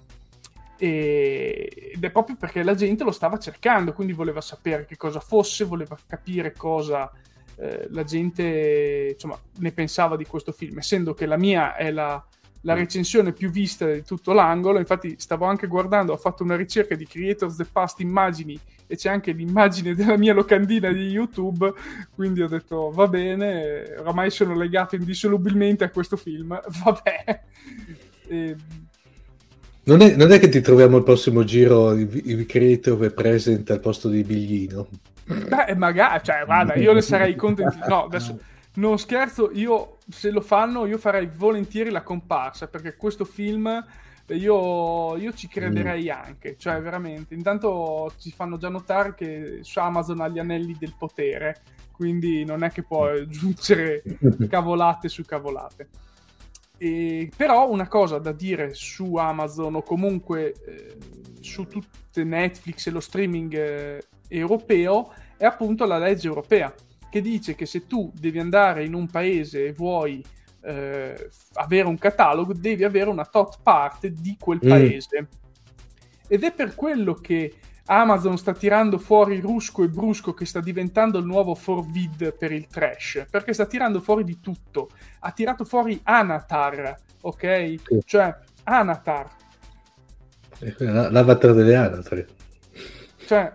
e... ed è proprio perché la gente lo stava cercando, quindi voleva sapere che cosa fosse, voleva capire cosa eh, la gente insomma ne pensava di questo film, essendo che la mia è la la recensione più vista di tutto l'angolo. Infatti stavo anche guardando, ho fatto una ricerca di Creators the Past immagini e c'è anche l'immagine della mia locandina di YouTube, quindi ho detto va bene, oramai sono legato indissolubilmente a questo film, vabbè. E... Non è, non è che ti troviamo al prossimo giro il, il Creator present al posto di Biglino? Beh, magari, cioè guarda, io ne sarei contento. No, adesso non scherzo, io se lo fanno io farei volentieri la comparsa, perché questo film io, io ci crederei mm. anche, cioè veramente. Intanto ci fanno già notare che su Amazon ha gli anelli del potere, quindi non è che può aggiungere cavolate su cavolate. E, però una cosa da dire su Amazon o comunque eh, su tutte Netflix e lo streaming eh, europeo è appunto la legge europea, che dice che se tu devi andare in un paese e vuoi eh, avere un catalogo, devi avere una tot parte di quel paese. Mm. Ed è per quello che Amazon sta tirando fuori Rusco e Brusco, che sta diventando il nuovo Forvid per il trash, perché sta tirando fuori di tutto. Ha tirato fuori Anatar, ok? Sì. Cioè, Anatar. L'avatar delle Anatar. Cioè,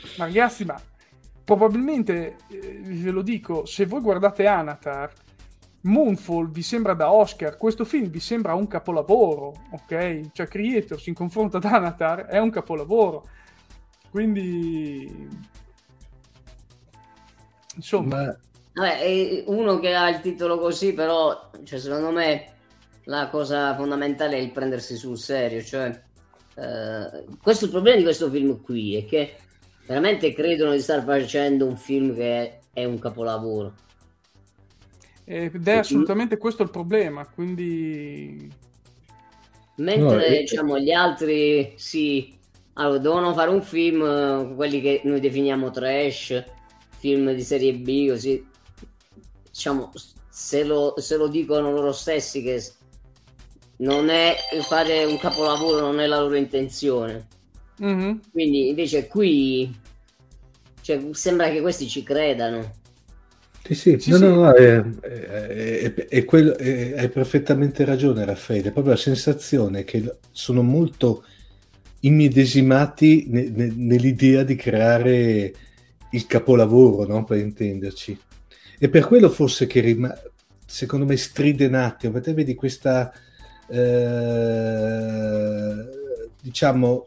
ragazzi, ma probabilmente, eh, ve lo dico, se voi guardate Anatar, Moonfall vi sembra da Oscar, questo film vi sembra un capolavoro, ok? Cioè Creators in confronto ad Anatar è un capolavoro, quindi insomma. Ma... Vabbè, uno che ha il titolo così, però, cioè, secondo me la cosa fondamentale è il prendersi sul serio, cioè eh, questo il problema di questo film qui è che veramente credono di star facendo un film che è, è un capolavoro. Ed è assolutamente questo il problema, quindi... Mentre, No, è... diciamo, gli altri, sì, allora, devono fare un film, quelli che noi definiamo trash, film di serie B, così, diciamo, se lo, se lo dicono loro stessi che non è fare un capolavoro, non è la loro intenzione. Mm-hmm. Quindi, invece, qui, cioè, sembra che questi ci credano. Sì, sì, Sì, no, sì. no, no, è, è, è, è quello, è, hai perfettamente ragione, Raffaele, è proprio la sensazione che sono molto immedesimati ne, ne, nell'idea di creare il capolavoro, no? Per intenderci. E per quello forse che rima- secondo me stride un attimo, perché vedi questa eh, diciamo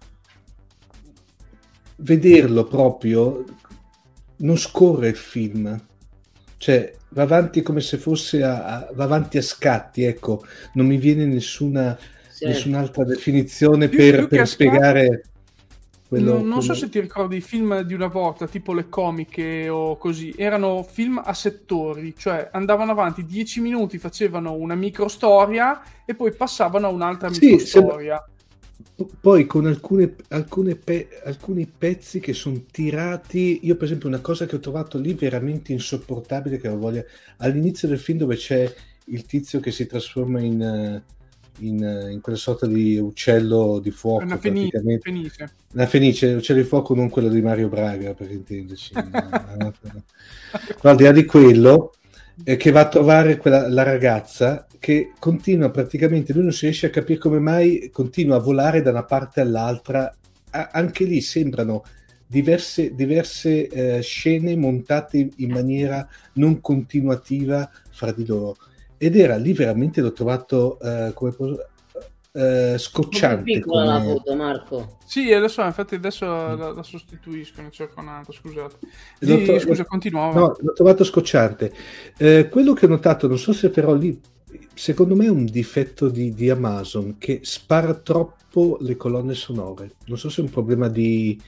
vederlo proprio non scorre il film, cioè va avanti come se fosse a, a, va avanti a scatti, ecco, non mi viene nessuna Sì. nessun'altra definizione Più- per, più che per a spiegare quello, non, non so quello- se ti ricordi i film di una volta, tipo le comiche o così, erano film a settori, cioè andavano avanti dieci minuti, facevano una microstoria e poi passavano a un'altra Sì, microstoria. P- poi con alcune, alcune pe- alcuni pezzi che sono tirati, io per esempio una cosa che ho trovato lì veramente insopportabile, che ho voglia, all'inizio del film dove c'è il tizio che si trasforma in, eh, in, eh, in quella sorta di uccello di fuoco, Una fenice, praticamente. fenice. Una fenice, uccello di fuoco, non quello di Mario Braga, per intenderci. No, no, no. Però al di là di quello, eh, che va a trovare quella, la ragazza che continua praticamente, lui non si riesce a capire come mai continua a volare da una parte all'altra. A- anche lì sembrano diverse, diverse eh, scene montate in maniera non continuativa fra di loro, ed era lì veramente, l'ho trovato eh, come posso- eh, scocciante Piccola la come... foto, Marco. Sì, lo so, infatti adesso la, la sostituisco, ne cerco un'altra, scusate. L'ho Di- tro- scusa, l'ho- continua. no, l'ho trovato scocciante. Eh, quello che ho notato, non so se però lì, secondo me è un difetto di, di Amazon, che spara troppo le colonne sonore. Non so se è un problema di,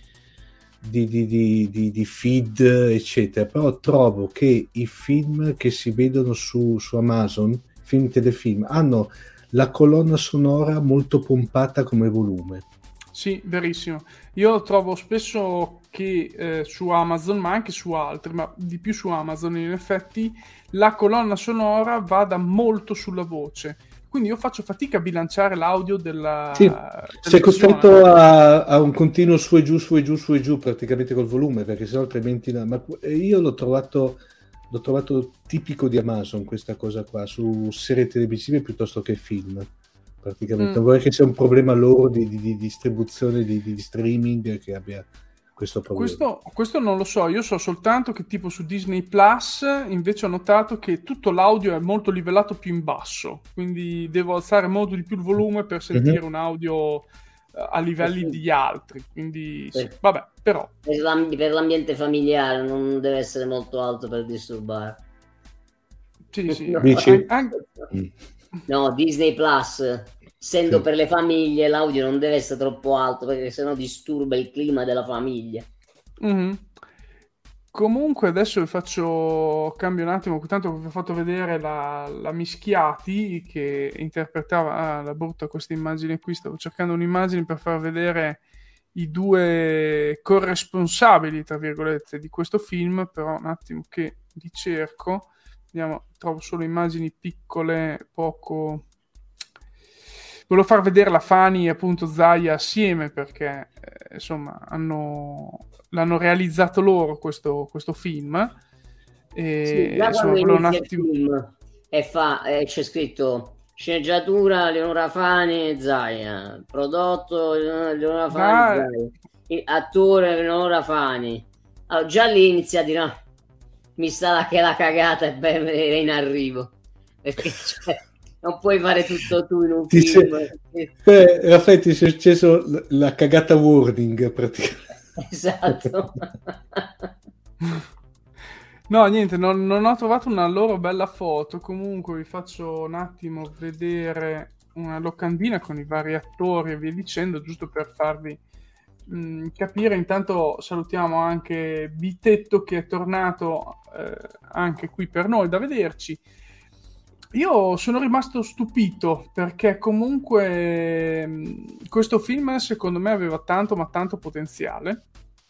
di, di, di, di, di feed, eccetera, però trovo che i film che si vedono su, su Amazon, film telefilm, hanno la colonna sonora molto pompata come volume. Sì, verissimo. Io trovo spesso che eh, su Amazon, ma anche su altri, ma di più su Amazon in effetti, la colonna sonora vada molto sulla voce. Quindi io faccio fatica a bilanciare l'audio della... Sì, sei televisione. costretto a, a un continuo su e giù, su e giù, su e giù praticamente col volume, perché sennò altrimenti... no. Ma io l'ho trovato, l'ho trovato tipico di Amazon questa cosa qua, su serie televisive piuttosto che film. Praticamente Mm. non vorrei che sia un problema loro di, di, di distribuzione, di, di streaming, che abbia questo problema. Questo, questo non lo so, io so soltanto che tipo su Disney Plus invece ho notato che tutto l'audio è molto livellato più in basso, quindi devo alzare molto di più il volume per sentire Mhm. un audio eh, a livelli Sì. di altri, quindi sì, Sì. vabbè, però Per, l'ambi- per l'ambiente familiare non deve essere molto alto per disturbare. sì, sì. No. Dici? An- anche- Mm. No, Disney Plus, essendo Sì. per le famiglie, l'audio non deve essere troppo alto perché sennò disturba il clima della famiglia. Mhm. Comunque adesso vi faccio cambio un attimo, tanto vi ho fatto vedere la, la Mischiati che interpretava ah, la brutta questa immagine qui, stavo cercando un'immagine per far vedere i due corresponsabili tra virgolette di questo film, però un attimo che li cerco, vediamo, trovo solo immagini piccole, poco... Volevo far vedere la Fani e appunto Zaya assieme perché eh, insomma hanno, l'hanno realizzato loro questo, questo film e Sì, già insomma quando volevo un inizia attimo... il film e fa, eh, c'è scritto sceneggiatura Leonora Fani e Zaia, prodotto eh, Leonora Fani Dai. Zaia, Il- attore Leonora Fani. Allora, già lì inizia a dire "Ah, mi sa che la cagata è ben è in arrivo, perché cioè, non puoi fare tutto tu in un ti film. Se... Beh, Raffaele, ti è successo la cagata warning praticamente. Esatto. No, niente, non, non ho trovato una loro bella foto. Comunque vi faccio un attimo vedere una locandina con i vari attori e via dicendo, giusto per farvi mh, capire. Intanto salutiamo anche Bitetto, che è tornato eh, anche qui per noi da vederci. Io sono rimasto stupito perché comunque mh, questo film secondo me aveva tanto ma tanto potenziale.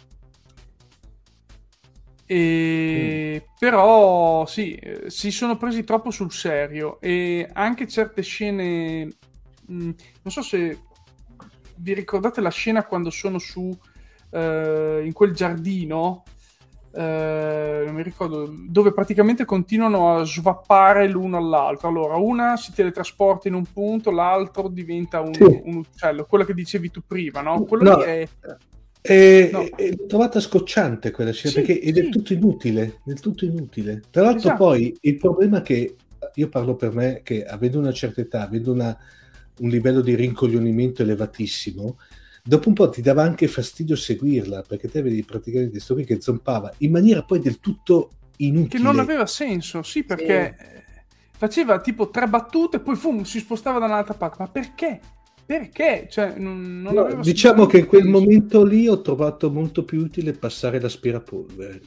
E mm. Però sì, si sono presi troppo sul serio e anche certe scene, mh, non so se vi ricordate la scena quando sono su eh, in quel giardino, eh, non mi ricordo, dove praticamente continuano a svappare l'uno all'altro. Allora una si teletrasporta in un punto, l'altro diventa un, sì. un uccello, quello che dicevi tu prima, no? Quello no. lì è... È, no. è trovata scocciante quella scena, sì, perché è del sì. tutto inutile, del tutto inutile. Tra l'altro, esatto. Poi il problema è che io parlo per me, che avendo una certa età, avendo una, un livello di rincoglionimento elevatissimo, dopo un po' ti dava anche fastidio seguirla, perché te vedi praticamente questo qui che zompava in maniera poi del tutto inutile, che non aveva senso, sì, perché sì. faceva tipo tre battute e poi fum, si spostava da un'altra parte. Ma perché? Perché? Cioè, non, non no, avevo diciamo che in quel senso. Momento lì ho trovato molto più utile passare l'aspirapolvere.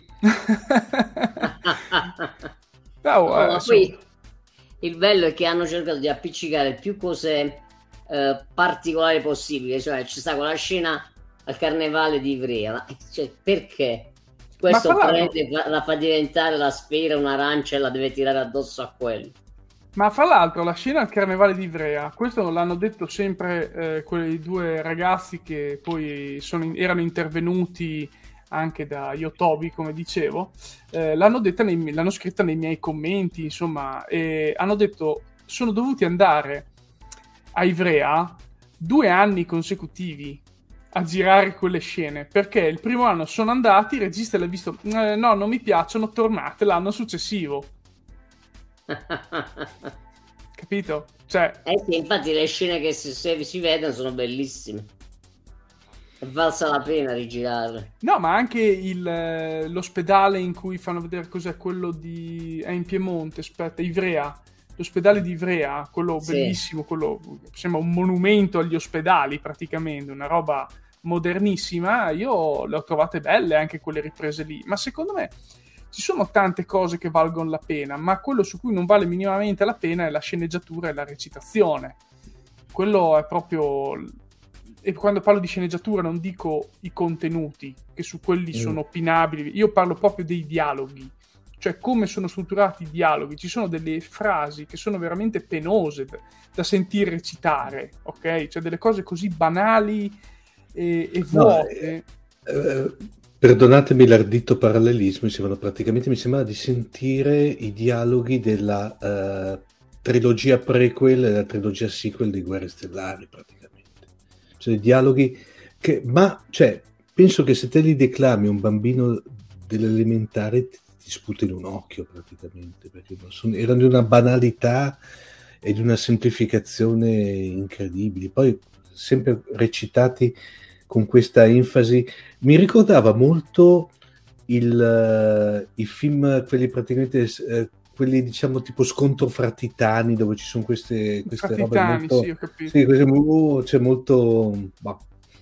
no, no, eh, poi il bello è che hanno cercato di appiccicare più cose eh, particolari possibili, cioè ci sta quella scena al carnevale di Ivrea, ma cioè, perché? Questo prende, la fa diventare la spera un'arancia e la deve tirare addosso a quello. Ma fra l'altro la scena al carnevale di Ivrea, questo l'hanno detto sempre eh, quei due ragazzi che poi sono in, erano intervenuti anche da Yotobi, come dicevo, eh, l'hanno detta nei, l'hanno scritta nei miei commenti, insomma, e hanno detto sono dovuti andare a Ivrea due anni consecutivi a girare quelle scene, perché il primo anno sono andati, il regista l'ha visto, eh, no, non mi piacciono, tornate l'anno successivo. Capito? Cioè... Eh sì, infatti le scene che si, se si vedono sono bellissime. È valsa la pena rigirarle. No, ma anche il, l'ospedale in cui fanno vedere cos'è quello di... è in Piemonte, aspetta, Ivrea. L'ospedale di Ivrea, quello sì. Bellissimo, quello sembra un monumento agli ospedali praticamente, una roba modernissima. Io le ho trovate belle anche quelle riprese lì, ma secondo me ci sono tante cose che valgono la pena, ma quello su cui non vale minimamente la pena è la sceneggiatura e la recitazione. Quello è proprio... E quando parlo di sceneggiatura non dico i contenuti, che su quelli mm. sono opinabili. Io parlo proprio dei dialoghi. Cioè come sono strutturati i dialoghi. Ci sono delle frasi che sono veramente penose da, da sentire recitare, ok? Cioè delle cose così banali e, e vuote. No, eh, eh, perdonatemi l'ardito parallelismo, mi sembra praticamente mi sembra di sentire i dialoghi della uh, trilogia prequel e della trilogia sequel di Guerre Stellari, praticamente. Cioè dialoghi che, ma cioè, penso che se te li declami un bambino dell'elementare ti, ti sputa in un occhio praticamente, perché sono, erano di una banalità e di una semplificazione incredibili, poi sempre recitati con questa enfasi. Mi ricordava molto il, uh, i film, quelli praticamente uh, quelli diciamo tipo Scontro fra titani, dove ci sono queste, queste robe titani, molto, sì, ho capito. Sì, queste, oh, c'è molto bah.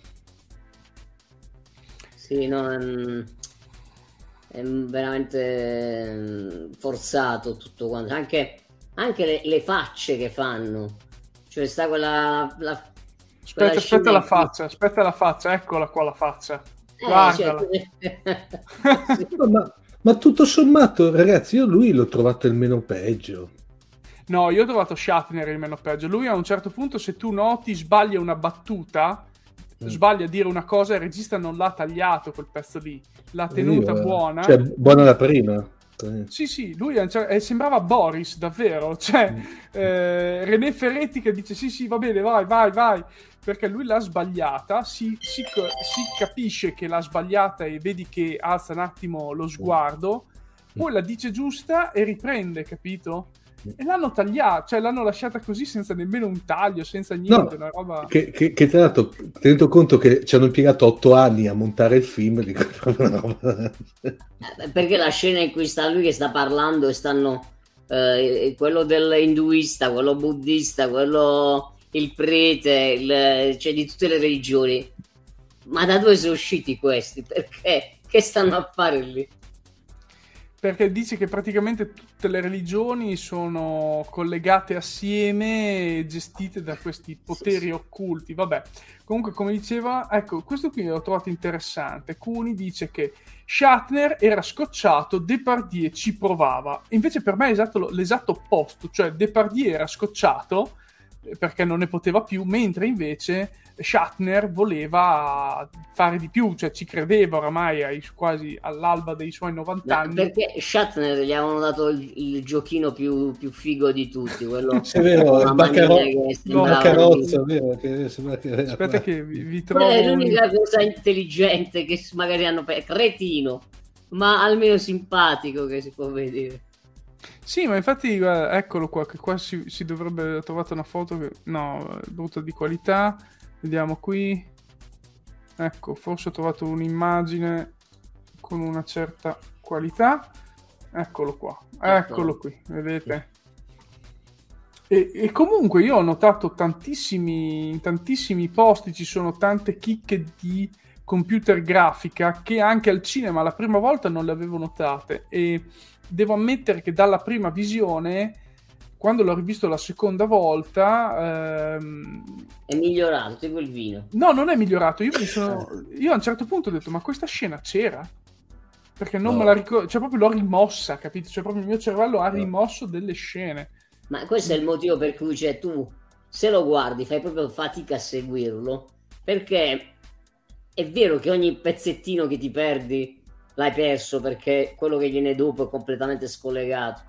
Sì, no, è, è veramente forzato tutto quanto, anche, anche le, le facce che fanno, cioè sta quella la, aspetta, aspetta la faccia, aspetta la faccia, eccola qua la faccia. Guardala. Eh, cioè... ma, ma tutto sommato, ragazzi, io lui l'ho trovato il meno peggio. No, io ho trovato Shatner il meno peggio. Lui a un certo punto, se tu noti, sbaglia una battuta, mm. sbaglia a dire una cosa, il regista non l'ha tagliato quel pezzo lì, l'ha tenuta io, buona. Cioè, buona la prima. Sì, sì, lui eh, sembrava Boris, davvero. Cioè, mm. eh, René Ferretti che dice sì, sì, va bene, vai, vai, vai. Perché lui l'ha sbagliata, si, si, si capisce che l'ha sbagliata e vedi che alza un attimo lo sguardo, poi la dice giusta e riprende, capito? E l'hanno tagliata, cioè l'hanno lasciata così senza nemmeno un taglio, senza niente, No, una roba... che, che, che tra l'altro, tenendo conto che ci hanno impiegato otto anni a montare il film, dico, una roba... Perché la scena in cui sta lui che sta parlando e stanno eh, quello dell'induista, quello buddista, quello il prete, il, cioè di tutte le religioni, ma da dove sono usciti questi? Perché? Che stanno a fare lì? Perché dice che praticamente tutte le religioni sono collegate assieme e gestite da questi poteri sì, occulti. Vabbè, comunque come diceva, ecco, questo qui l'ho trovato interessante. Cuni dice che Shatner era scocciato, Depardieu ci provava. Invece per me è esatto, l'esatto opposto, cioè Depardieu era scocciato perché non ne poteva più, mentre invece Shatner voleva fare di più, cioè ci credeva oramai ai, quasi all'alba dei suoi novanta anni. Perché Shatner gli avevano dato il, il giochino più, più figo di tutti, quello è vero, il baccarozzo, vero, che sembra che... Aspetta che vi, vi trovo. Quella è l'unica un... cosa intelligente che magari hanno, cretino, ma almeno simpatico che si può vedere. Sì, ma infatti guarda, eccolo qua, che qua si, si dovrebbe aver trovato una foto che, no, brutta di qualità. Vediamo qui, ecco, forse ho trovato un'immagine con una certa qualità, eccolo qua, eccolo qui, vedete? E, e comunque io ho notato tantissimi, in tantissimi posti ci sono tante chicche di computer grafica che anche al cinema la prima volta non le avevo notate, e devo ammettere che dalla prima visione, quando l'ho rivisto la seconda volta, ehm... è migliorato, tipo il vino. No, non è migliorato. Io, mi sono... Io a un certo punto ho detto, ma questa scena c'era? Perché non no. me la ricordo, cioè proprio l'ho rimossa, capito? Cioè proprio il mio cervello ha rimosso delle scene. Ma questo è il motivo per cui, cioè, tu, se lo guardi, fai proprio fatica a seguirlo, perché è vero che ogni pezzettino che ti perdi l'hai perso, perché quello che viene dopo è completamente scollegato.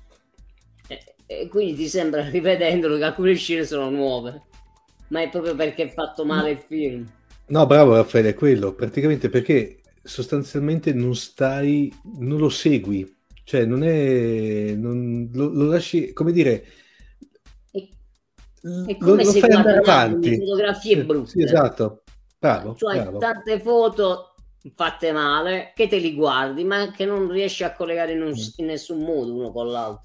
E quindi ti sembra, rivedendolo, che alcune scene sono nuove, ma è proprio perché è fatto male il film. No, bravo Raffaele, è quello, praticamente perché sostanzialmente non stai, non lo segui, cioè non è, non, lo, lo lasci, come dire, è, è come lo, se lo fai andare avanti. Fotografie sì, brutte. Sì, esatto, bravo. Cioè bravo. Tante foto fatte male, che te li guardi, ma che non riesci a collegare in, un, in nessun modo uno con l'altro.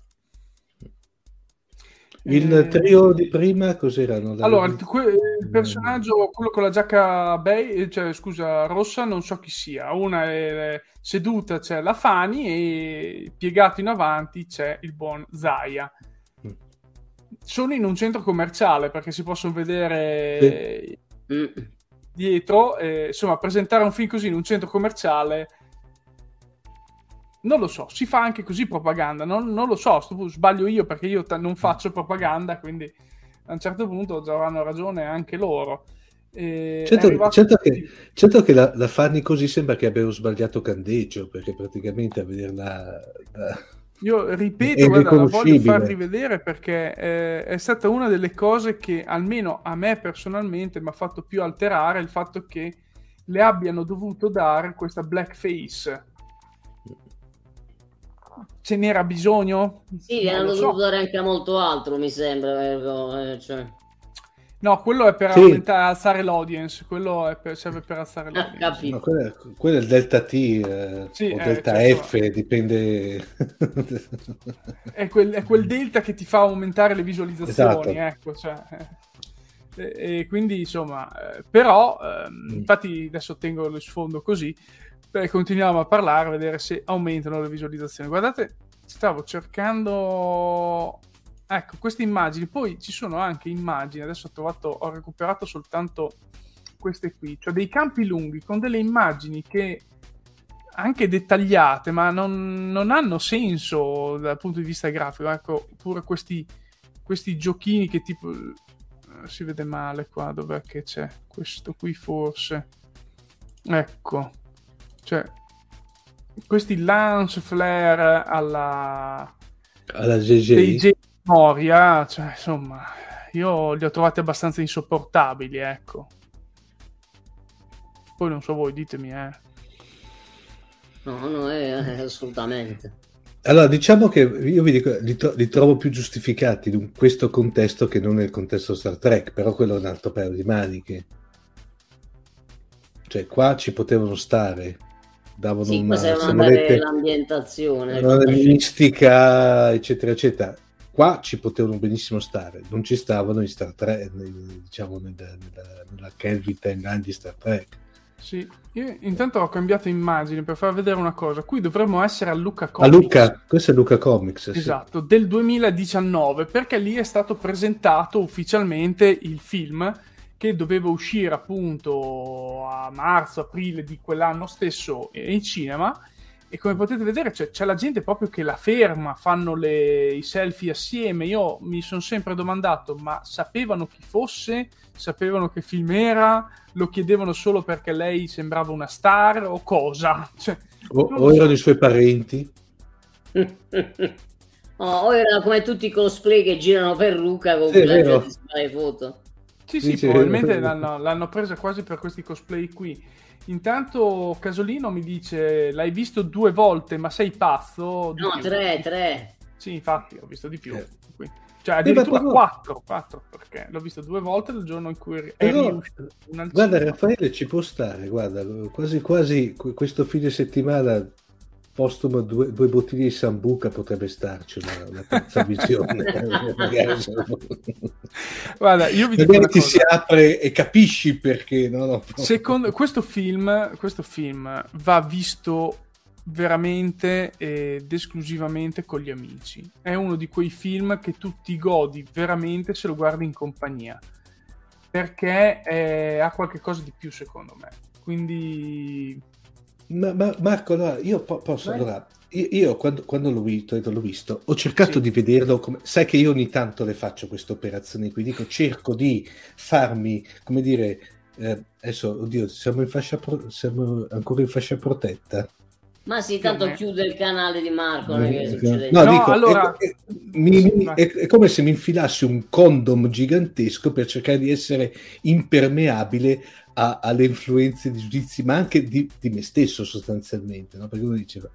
Il trio di prima cos'erano? Allora, il, il personaggio, quello con la giacca bei, cioè scusa, rossa, non so chi sia. Una è seduta, c'è la Fanny, e piegato in avanti c'è il buon Zaya. Sono in un centro commerciale perché si possono vedere sì. dietro, eh, insomma, presentare un film così in un centro commerciale. Non lo so, si fa anche così propaganda, non, non lo so, sbaglio io perché io t- non faccio propaganda, quindi a un certo punto avranno ragione anche loro. E certo, arrivato... certo che, certo che la, la Fanny così sembra che abbiano sbagliato candeggio, perché praticamente a vederla... La... Io ripeto, guarda, la voglio far rivedere perché eh, è stata una delle cose che almeno a me personalmente mi ha fatto più alterare il fatto che le abbiano dovuto dare questa blackface. Ce n'era bisogno? Sì, gli hanno dovuto so. dare anche molto altro, mi sembra. Eh, cioè. No, quello è per sì. aumentare, alzare l'audience. Quello è per, serve per alzare l'audience. No, quello, è, quello è il Delta T eh, sì, o eh, Delta cioè, F, so. dipende. È quel, è quel Delta che ti fa aumentare le visualizzazioni. Esatto. Ecco, cioè. E, e quindi, insomma, eh, però, eh, mm. infatti adesso tengo lo sfondo così. Beh, continuiamo a parlare, a vedere se aumentano le visualizzazioni. Guardate, stavo cercando, ecco, queste immagini. Poi ci sono anche immagini, adesso ho trovato, ho recuperato soltanto queste qui, cioè dei campi lunghi con delle immagini che anche dettagliate, ma non, non hanno senso dal punto di vista grafico. Ecco, pure questi, questi giochini che tipo, si vede male qua, dov'è che c'è? Questo qui forse, ecco. Cioè, questi lance flare alla alla G J Moria, cioè, insomma, io li ho trovati abbastanza insopportabili, ecco. Poi non so voi, ditemi, eh. No, no, è, è assolutamente. Allora, diciamo che io vi dico, li, tro- li trovo più giustificati in questo contesto che non nel contesto Star Trek, però quello è un altro paio di maniche. Cioè, qua ci potevano stare, davano sì, una, potevano dare l'ambientazione, una mistica, eccetera, eccetera. Qua ci potevano benissimo stare, non ci stavano in Star Trek, diciamo nella, nella, nella Kelvin timeline di Star Trek. Sì, io intanto ho cambiato immagine per far vedere una cosa. Qui dovremmo essere a Lucca Comics. A Lucca, questo è Lucca Comics. Esatto, sì. Del duemiladiciannove, perché lì è stato presentato ufficialmente il film che doveva uscire appunto a marzo-aprile di quell'anno stesso in cinema. E come potete vedere c'è, c'è la gente proprio che la ferma, fanno le, i selfie assieme. Io mi sono sempre domandato, ma sapevano chi fosse? Sapevano che film era? Lo chiedevano solo perché lei sembrava una star o cosa? Cioè, o o erano so. I suoi parenti? oh, o era come tutti i cosplay che girano per Lucca con sì, la gente si fa le foto. Sì, sì, sì probabilmente l'hanno, l'hanno presa quasi per questi cosplay qui. Intanto Casolino mi dice: l'hai visto due volte, ma sei pazzo? Di no, più. tre, tre. Sì, infatti, ho visto di più. Eh. Cioè, addirittura però... quattro, quattro, perché l'ho visto due volte il giorno in cui però, è riuscito. Guarda, Raffaele ci può stare, guarda, quasi quasi questo fine settimana postumo due, due bottiglie di Sambuca potrebbe starci una, una terza visione. Magari guarda, io vi dico magari una ti cosa. Si apre e capisci perché no, no. Secondo questo film questo film va visto veramente ed esclusivamente con gli amici. È uno di quei film che tu ti godi veramente se lo guardi in compagnia, perché è, ha qualche cosa di più secondo me. Quindi Ma, ma Marco, allora, io po- posso Beh. allora io, io quando, quando l'ho visto, l'ho visto ho cercato sì. di vederlo come, sai che io ogni tanto le faccio queste operazioni qui, dico cerco di farmi, come dire, eh, adesso oddio siamo in fascia pro, siamo ancora in fascia protetta. Ma sì, tanto chiude il canale di Marco. Non è che succede no, no, dico, allora... è, è, mi, mi, è, è come se mi infilassi un condom gigantesco per cercare di essere impermeabile a, alle influenze di giudizi, ma anche di, di me stesso sostanzialmente, no? Perché uno diceva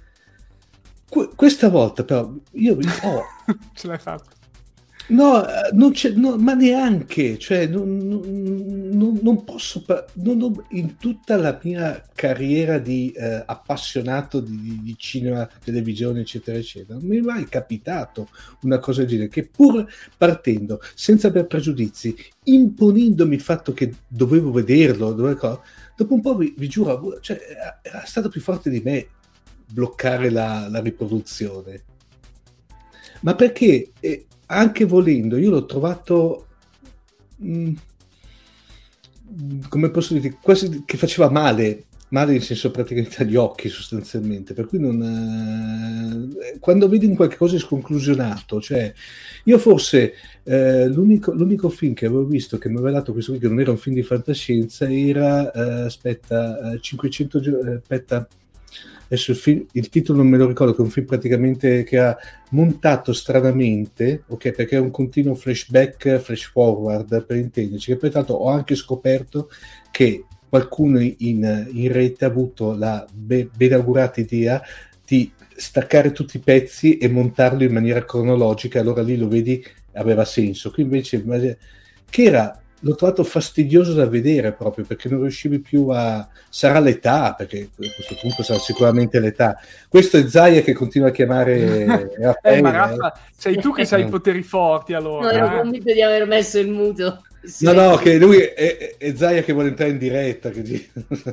que- questa volta però io oh, ce l'hai fatto. No, non c'è, no, ma neanche, cioè non, non, non posso, non, non, in tutta la mia carriera di eh, appassionato di, di cinema, televisione, eccetera, eccetera, non mi è mai capitato una cosa del genere, che pur partendo, senza aver pregiudizi, imponendomi il fatto che dovevo vederlo, dovevo, dopo un po' vi, vi giuro, cioè, era stato più forte di me bloccare la, la riproduzione. Ma perché... Eh, anche volendo, io l'ho trovato mh, come posso dire, quasi che faceva male, male nel senso praticamente agli occhi sostanzialmente, per cui non eh, quando vedi un qualche cosa sconclusionato, cioè io forse eh, l'unico, l'unico film che avevo visto che mi aveva dato questo qui, che non era un film di fantascienza, era eh, aspetta, eh, cinquecento eh, aspetta adesso il, film, il titolo non me lo ricordo, che è un film praticamente che ha montato stranamente, ok, perché è un continuo flashback, flash forward per intenderci, che poi tanto ho anche scoperto che qualcuno in, in rete ha avuto la be- benaugurata idea di staccare tutti i pezzi e montarlo in maniera cronologica, allora lì lo vedi, aveva senso. Qui invece che era, l'ho trovato fastidioso da vedere proprio perché non riuscivi più a... sarà l'età, perché a questo punto sarà sicuramente l'età. Questo è Zaya che continua a chiamare Raffaele. Eh, ma Raffa, sei tu che hai i poteri forti allora. No, ero eh? convinto di aver messo il muto. Sì. No, no, che lui è, è Zaya che vuole entrare in diretta. Che...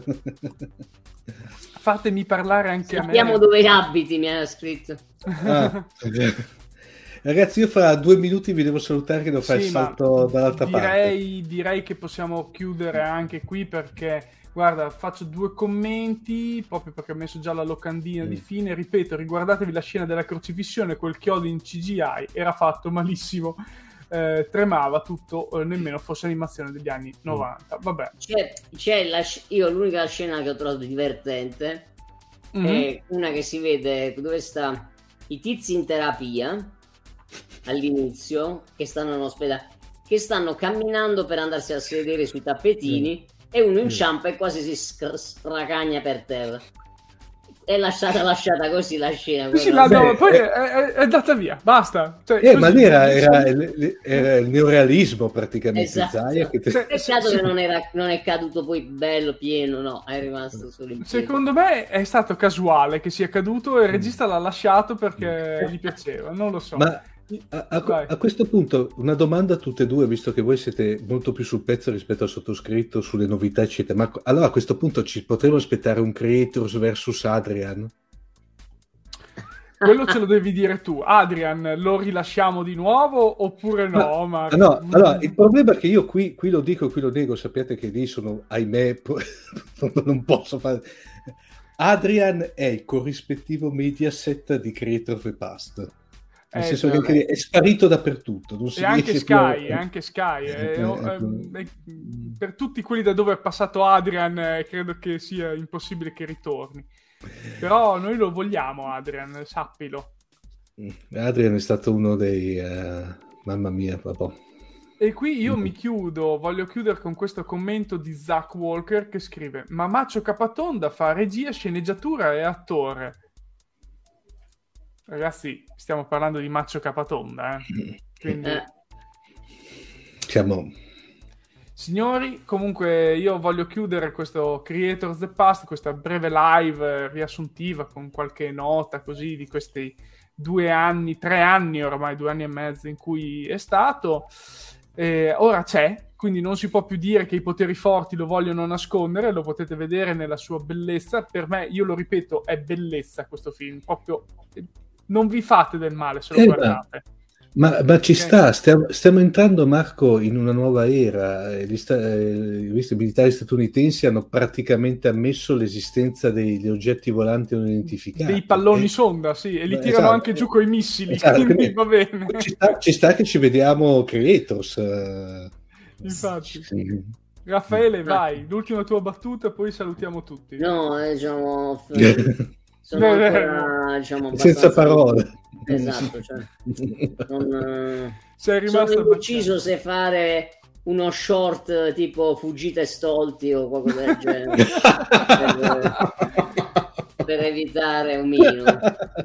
Fatemi parlare anche Sappiamo a me. Sappiamo dove abiti, mi ha scritto. Ah, ragazzi, io fra due minuti vi devo salutare che devo fare sì, il salto dall'altra direi, parte. Direi che possiamo chiudere anche qui perché, guarda, faccio due commenti proprio perché ho messo già la locandina mm. di fine. Ripeto, riguardatevi la scena della crocifissione, quel chiodo in C G I era fatto malissimo, eh, tremava tutto, eh, nemmeno fosse animazione degli anni novanta. Vabbè. C'è, c'è la, io l'unica scena che ho trovato divertente mm-hmm. è una che si vede dove sta i tizi in terapia all'inizio, che stanno in ospedale, che stanno camminando per andarsi a sedere sui tappetini mm. e uno inciampa mm. e quasi si sc- stracagna per terra. è lasciata lasciata così la scena. Sì, la, no, poi è, è, è andata via, basta. Cioè, eh, ma lì era, era, era il neorealismo praticamente. Esatto. Zaya, che te... Peccato sì, che non, era, non è caduto poi bello, pieno, no, è rimasto solo in piedi. Secondo me è stato casuale che sia caduto e il regista l'ha lasciato perché gli piaceva, non lo so. Ma a, a, a questo punto una domanda a tutte e due, visto che voi siete molto più sul pezzo rispetto al sottoscritto sulle novità eccetera, ma allora a questo punto ci potremmo aspettare un Creators versus Adrian? Quello ce lo devi dire tu. Adrian, lo rilasciamo di nuovo oppure no? Ma, ma... no, allora il problema è che io qui, qui lo dico e qui lo nego, sappiate che lì sono, ahimè, non posso fare. Adrian è il corrispettivo Mediaset di Creator of the Past. Nel Eh, senso che è sparito dappertutto, non si e anche riesce Sky, più a... anche Sky eh, Eh, eh, eh, per tutti quelli da dove è passato Adrian eh, credo che sia impossibile che ritorni, però noi lo vogliamo Adrian, sappilo. Adrian è stato uno dei uh, mamma mia, papà. E qui io mi chiudo, voglio chiudere con questo commento di Zach Walker che scrive: ma Maccio Capatonda fa regia, sceneggiatura e attore. Ragazzi, stiamo parlando di Maccio Capatonda, eh? Quindi... Eh. Siamo... Signori, comunque io voglio chiudere questo Creators the Past, questa breve live eh, riassuntiva con qualche nota così di questi due anni, tre anni ormai, due anni e mezzo in cui è stato. Eh, ora c'è, quindi non si può più dire che i poteri forti lo vogliono nascondere, lo potete vedere nella sua bellezza. Per me, io lo ripeto, è bellezza questo film, proprio... Non vi fate del male se lo eh, guardate. Ma, ma ci sta, stiamo, stiamo entrando, Marco, in una nuova era. Gli, sta, eh, visto, i militari statunitensi hanno praticamente ammesso l'esistenza degli oggetti volanti non identificati. Dei palloni eh, sonda, sì, e li eh, tirano esatto, anche giù coi missili, esatto, quindi va bene. Ci sta, ci sta che ci vediamo Creators. Eh. Infatti. Sì. Raffaele, vai, l'ultima tua battuta, poi salutiamo tutti. No, eh, diciamo... Sono ancora, diciamo, senza parole. Esatto, cioè, non, sei rimasto sono indeciso se fare uno short tipo Fuggite stolti o qualcosa del genere per, per evitare un minimo.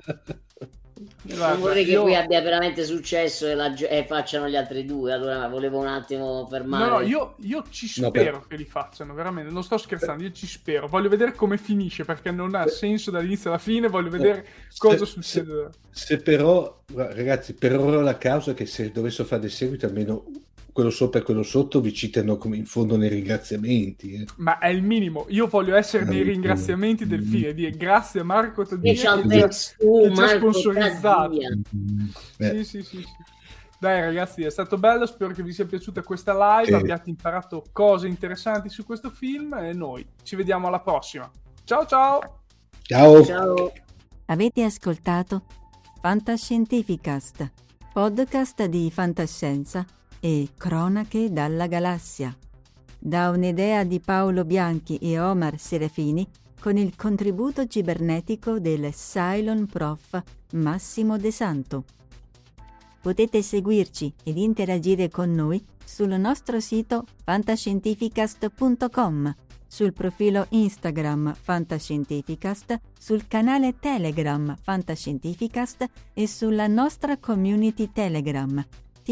Guarda, non vorrei che io... qui abbia veramente successo e, la, e facciano gli altri due, allora volevo un attimo fermare. No, no, io, io ci spero no, per... che li facciano, veramente, non sto scherzando, io ci spero, voglio vedere come finisce, perché non ha senso dall'inizio alla fine, voglio vedere se, cosa succede. Se, se però, ragazzi, per ora la causa è che se dovessero fare del seguito, almeno quello sopra e quello sotto vi citano come in fondo nei ringraziamenti. Eh. Ma è il minimo, io voglio essere nei ringraziamenti del film e dire grazie a Marco Taddia che, che, che ci ha sponsorizzato. Eh. Sì, sì, sì, sì. Dai ragazzi, è stato bello, spero che vi sia piaciuta questa live, sì. Abbiate imparato cose interessanti su questo film e noi ci vediamo alla prossima. Ciao ciao! Ciao! Ciao. Avete ascoltato Fantascientificast, podcast di fantascienza e cronache dalla galassia, da un'idea di Paolo Bianchi e Omar Serafini con il contributo cibernetico del Cylon Prof Massimo De Santo. Potete seguirci ed interagire con noi sul nostro sito fantascientificast punto com, sul profilo Instagram Fantascientificast, sul canale Telegram Fantascientificast e sulla nostra community Telegram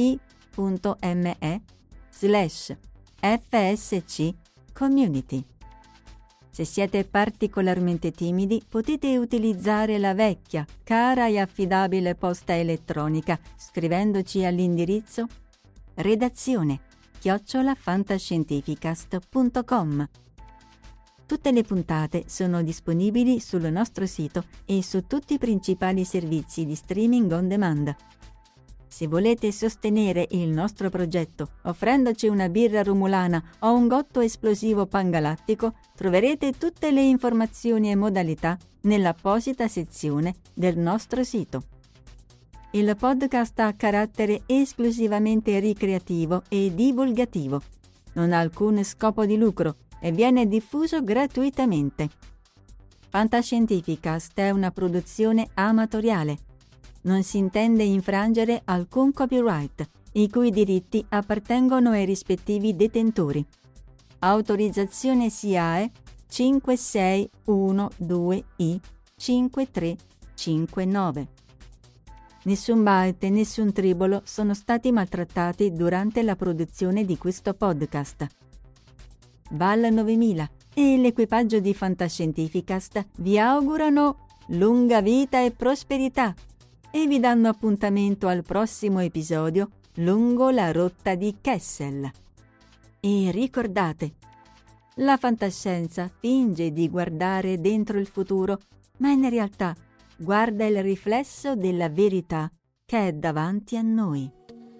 t.me slash fsc community. Se siete particolarmente timidi, potete utilizzare la vecchia, cara e affidabile posta elettronica scrivendoci all'indirizzo redazione chiocciola fantascientificast punto com. Tutte le puntate sono disponibili sul nostro sito e su tutti i principali servizi di streaming on demand. Se volete sostenere il nostro progetto offrendoci una birra romulana o un gotto esplosivo pangalattico, troverete tutte le informazioni e modalità nell'apposita sezione del nostro sito. Il podcast ha carattere esclusivamente ricreativo e divulgativo. Non ha alcun scopo di lucro e viene diffuso gratuitamente. Fantascientificast è una produzione amatoriale. Non si intende infrangere alcun copyright, i cui diritti appartengono ai rispettivi detentori. Autorizzazione S I A E cinque sei uno due I cinque tre cinque nove. Nessun byte e nessun tribolo sono stati maltrattati durante la produzione di questo podcast. Val novemila e l'equipaggio di Fantascientificast vi augurano lunga vita e prosperità e vi danno appuntamento al prossimo episodio lungo la rotta di Kessel. E ricordate, la fantascienza finge di guardare dentro il futuro, ma in realtà guarda il riflesso della verità che è davanti a noi.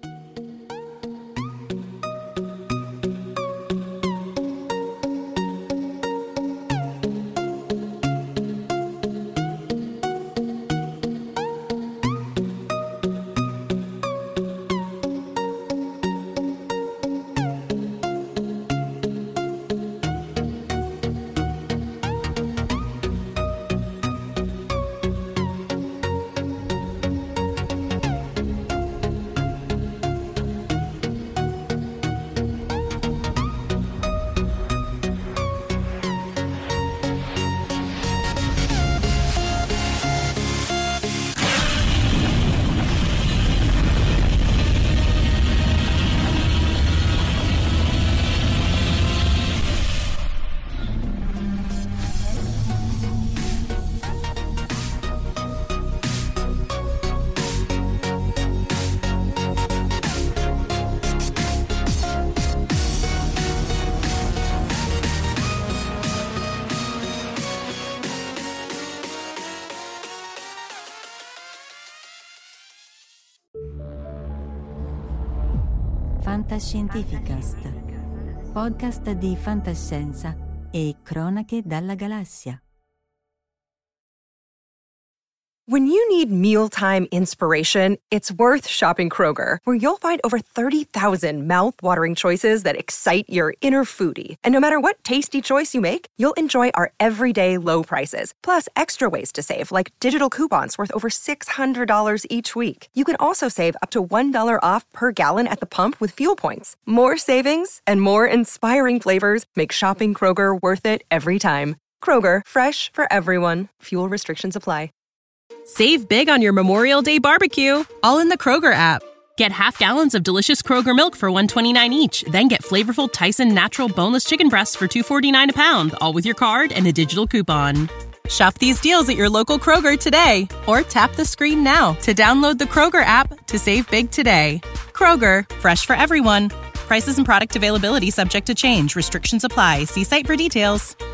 Fantascientificast, podcast di fantascienza e cronache dalla galassia. When you need mealtime inspiration, it's worth shopping Kroger, where you'll find over thirty thousand mouth-watering choices that excite your inner foodie. And no matter what tasty choice you make, you'll enjoy our everyday low prices, plus extra ways to save, like digital coupons worth over six hundred dollars each week. You can also save up to one dollar off per gallon at the pump with fuel points. More savings and more inspiring flavors make shopping Kroger worth it every time. Kroger, fresh for everyone. Fuel restrictions apply. Save big on your Memorial Day barbecue, all in the Kroger app. Get half gallons of delicious Kroger milk for one dollar and twenty-nine cents each. Then get flavorful Tyson natural boneless chicken breasts for two dollars and forty-nine cents a pound, all with your card and a digital coupon. Shop these deals at your local Kroger today, or tap the screen now to download the Kroger app to save big today. Kroger, fresh for everyone. Prices and product availability subject to change. Restrictions apply. See site for details.